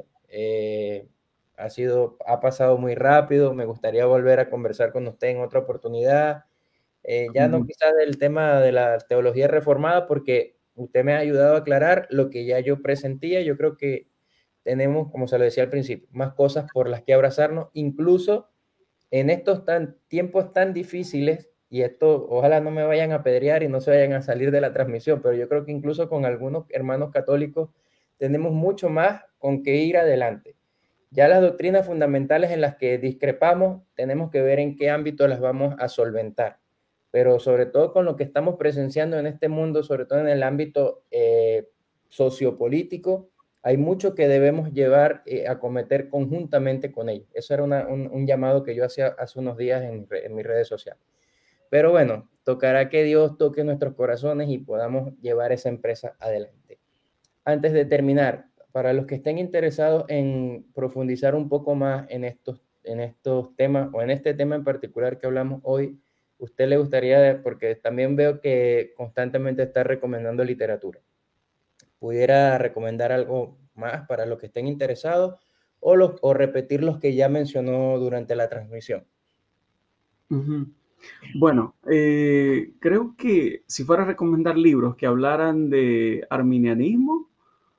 Ha pasado muy rápido. Me gustaría volver a conversar con usted en otra oportunidad. Ya no quizás del tema de la teología reformada, porque usted me ha ayudado a aclarar lo que ya yo presentía. Yo creo que tenemos, como se lo decía al principio, más cosas por las que abrazarnos, incluso en estos tiempos tan difíciles, y esto ojalá no me vayan a apedrear y no se vayan a salir de la transmisión, pero yo creo que incluso con algunos hermanos católicos tenemos mucho más con que ir adelante. Ya las doctrinas fundamentales en las que discrepamos, tenemos que ver en qué ámbito las vamos a solventar. Pero sobre todo con lo que estamos presenciando en este mundo, sobre todo en el ámbito sociopolítico, hay mucho que debemos llevar a cometer conjuntamente con ellos. Eso era un llamado que yo hacía hace unos días en mis redes sociales. Pero bueno, tocará que Dios toque nuestros corazones y podamos llevar esa empresa adelante. Antes de terminar, para los que estén interesados en profundizar un poco más en estos temas o en este tema en particular que hablamos hoy, ¿usted le gustaría, porque también veo que constantemente está recomendando literatura, pudiera recomendar algo más para los que estén interesados o repetir los que ya mencionó durante la transmisión? Ujú. Bueno, creo que si fuera a recomendar libros que hablaran de arminianismo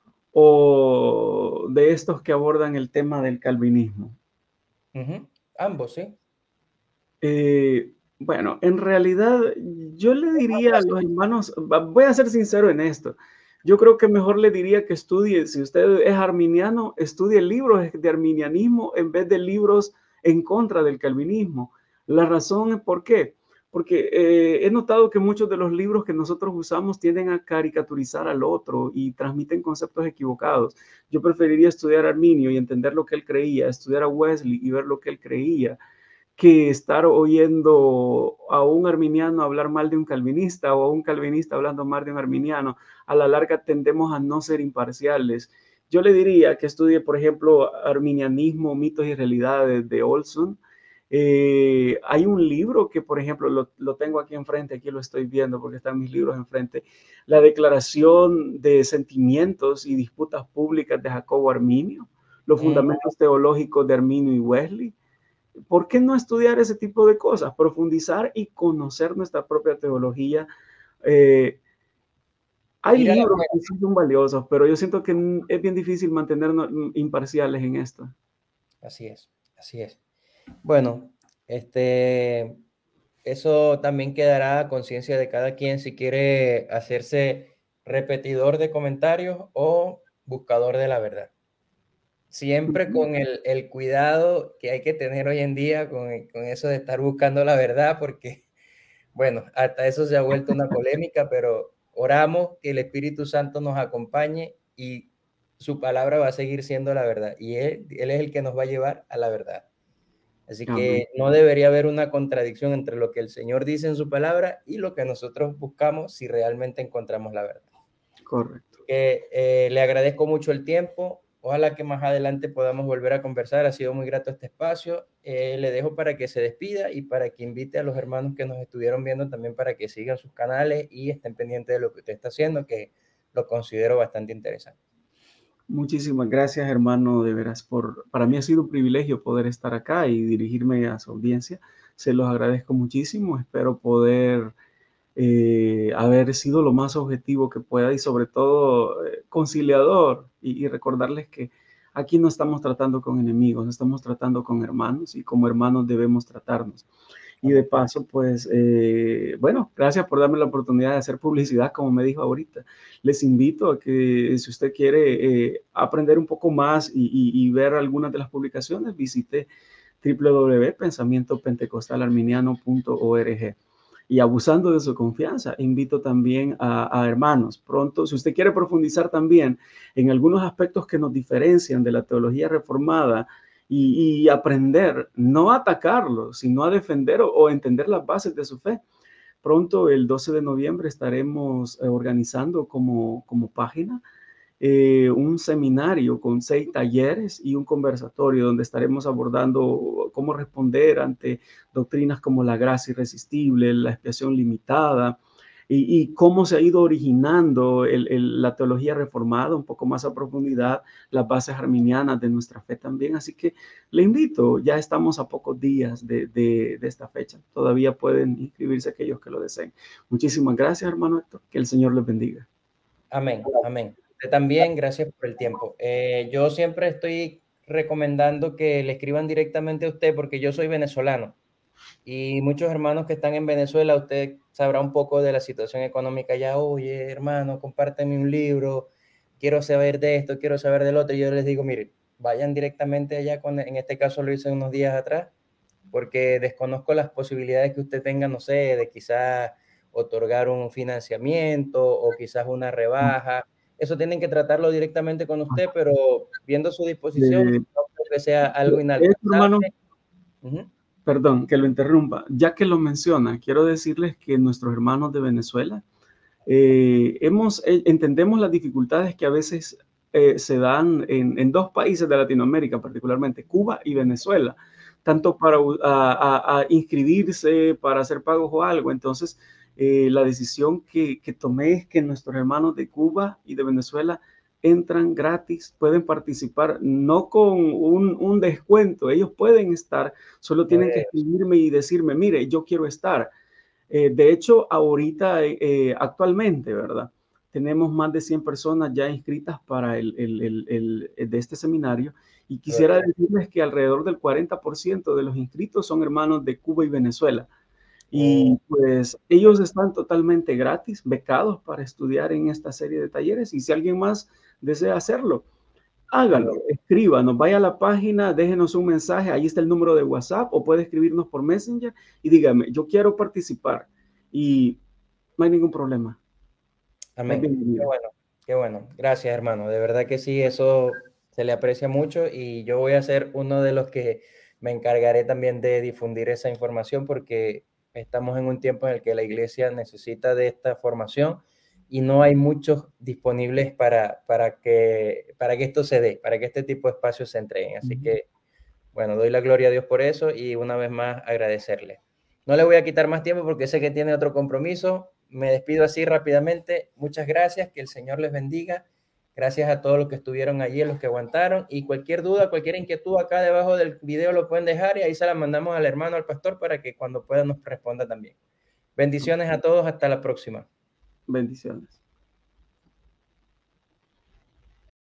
o de estos que abordan el tema del calvinismo. Ujú. Ambos, sí. Bueno, en realidad yo le diría a los hermanos, voy a ser sincero en esto, yo creo que mejor le diría que estudie, si usted es arminiano, estudie libros de arminianismo en vez de libros en contra del calvinismo. La razón es por qué. Porque he notado que muchos de los libros que nosotros usamos tienden a caricaturizar al otro y transmiten conceptos equivocados. Yo preferiría estudiar a Arminio y entender lo que él creía, estudiar a Wesley y ver lo que él creía, que estar oyendo a un arminiano hablar mal de un calvinista o a un calvinista hablando mal de un arminiano. A la larga tendemos a no ser imparciales. Yo le diría que estudie, por ejemplo, Arminianismo, mitos y realidades de Olson. Hay un libro que, por ejemplo, lo tengo aquí enfrente, aquí lo estoy viendo porque están mis libros enfrente, la Declaración de Sentimientos y Disputas Públicas de Jacobo Arminio, los Mm, fundamentos teológicos de Arminio y Wesley. ¿Por qué no estudiar ese tipo de cosas? Profundizar y conocer nuestra propia teología. Eh, Hay ir a la libros que fuente. sí son valiosos, pero yo siento que es bien difícil mantenernos imparciales en esto. Así es, así es. Bueno, eso también quedará a conciencia de cada quien si quiere hacerse repetidor de comentarios o buscador de la verdad. Siempre Ujú. con el cuidado que hay que tener hoy en día con eso de estar buscando la verdad, porque, bueno, hasta eso se ha vuelto una polémica, pero oramos que el Espíritu Santo nos acompañe y su palabra va a seguir siendo la verdad. Y él es el que nos va a llevar a la verdad. Así Amén. que no debería haber una contradicción entre lo que el Señor dice en su palabra y lo que nosotros buscamos si realmente encontramos la verdad. Correcto. Le agradezco mucho el tiempo. Ojalá que más adelante podamos volver a conversar. Ha sido muy grato este espacio. Le dejo para que se despida y para que invite a los hermanos que nos estuvieron viendo también para que sigan sus canales y estén pendientes de lo que usted está haciendo, que lo considero bastante interesante. Muchísimas gracias, hermano, de veras. Para mí ha sido un privilegio poder estar acá y dirigirme a su audiencia. Se los agradezco muchísimo. Espero poder haber sido lo más objetivo que pueda y sobre todo conciliador y recordarles que aquí no estamos tratando con enemigos, estamos tratando con hermanos y como hermanos debemos tratarnos. Y de paso, pues, bueno, gracias por darme la oportunidad de hacer publicidad, como me dijo ahorita. Les invito a que si usted quiere aprender un poco más y ver algunas de las publicaciones, visite www.pensamientopentecostalarminiano.org. Y abusando de su confianza, invito también a hermanos. Pronto, si usted quiere profundizar también en algunos aspectos que nos diferencian de la teología reformada y aprender, no a atacarlo, sino a defender o entender las bases de su fe. Pronto, el 12 de noviembre, estaremos organizando como página un seminario con 6 talleres y un conversatorio donde estaremos abordando cómo responder ante doctrinas como la gracia irresistible, la expiación limitada y cómo se ha ido originando la teología reformada un poco más a profundidad, las bases arminianas de nuestra fe también. Así que le invito, ya estamos a pocos días de esta fecha. Todavía pueden inscribirse aquellos que lo deseen. Muchísimas gracias, hermano Héctor. Que el Señor les bendiga. Amén, amén. Usted también, gracias por el tiempo. Yo siempre estoy recomendando que le escriban directamente a usted porque yo soy venezolano y muchos hermanos que están en Venezuela, usted sabrá un poco de la situación económica ya, oye, hermano, compárteme un libro, quiero saber de esto, quiero saber del otro. Y yo les digo, mire, vayan directamente allá, en este caso lo hice unos días atrás, porque desconozco las posibilidades que usted tenga, no sé, de quizás otorgar un financiamiento o quizás una rebaja. Eso tienen que tratarlo directamente con usted, pero viendo su disposición, Eh, no creo que sea algo hermano, inalcanzable. Ujú. perdón que lo interrumpa. Ya que lo menciona, quiero decirles que nuestros hermanos de Venezuela entendemos las dificultades que a veces se dan en dos países de Latinoamérica, particularmente Cuba y Venezuela, tanto para a inscribirse, para hacer pagos o algo. Entonces, la decisión que tomé es que nuestros hermanos de Cuba y de Venezuela entran gratis, pueden participar, no con un descuento, ellos pueden estar, solo tienen que escribirme y decirme, mire, yo quiero estar. De hecho, ahorita, actualmente, ¿verdad? Tenemos más de 100 personas ya inscritas para de este seminario y quisiera Gloria. decirles que alrededor del 40% de los inscritos son hermanos de Cuba y Venezuela. Y Oh, pues ellos están totalmente gratis, becados para estudiar en esta serie de talleres y si alguien más desea hacerlo, hágalo, amén. escríbanos, vaya a la página, déjenos un mensaje, ahí está el número de WhatsApp o puede escribirnos por Messenger y dígame, yo quiero participar y no hay ningún problema. Es Amén. Qué bienvenido. bueno, qué bueno. Gracias, hermano. De verdad que sí, eso se le aprecia mucho y yo voy a ser uno de los que me encargaré también de difundir esa información porque estamos en un tiempo en el que la iglesia necesita de esta formación y no hay muchos disponibles para que esto se dé, para que este tipo de espacios se entreguen. Así Ujú. que, bueno, doy la gloria a Dios por eso y una vez más agradecerle. No le voy a quitar más tiempo porque sé que tiene otro compromiso. Me despido así rápidamente. Muchas gracias, que el Señor les bendiga. Gracias a todos los que estuvieron allí, a los que aguantaron. Y cualquier duda, cualquier inquietud acá debajo del video lo pueden dejar y ahí se la mandamos al hermano, al pastor, para que cuando pueda nos responda también. Bendiciones a todos, hasta la próxima. Bendiciones.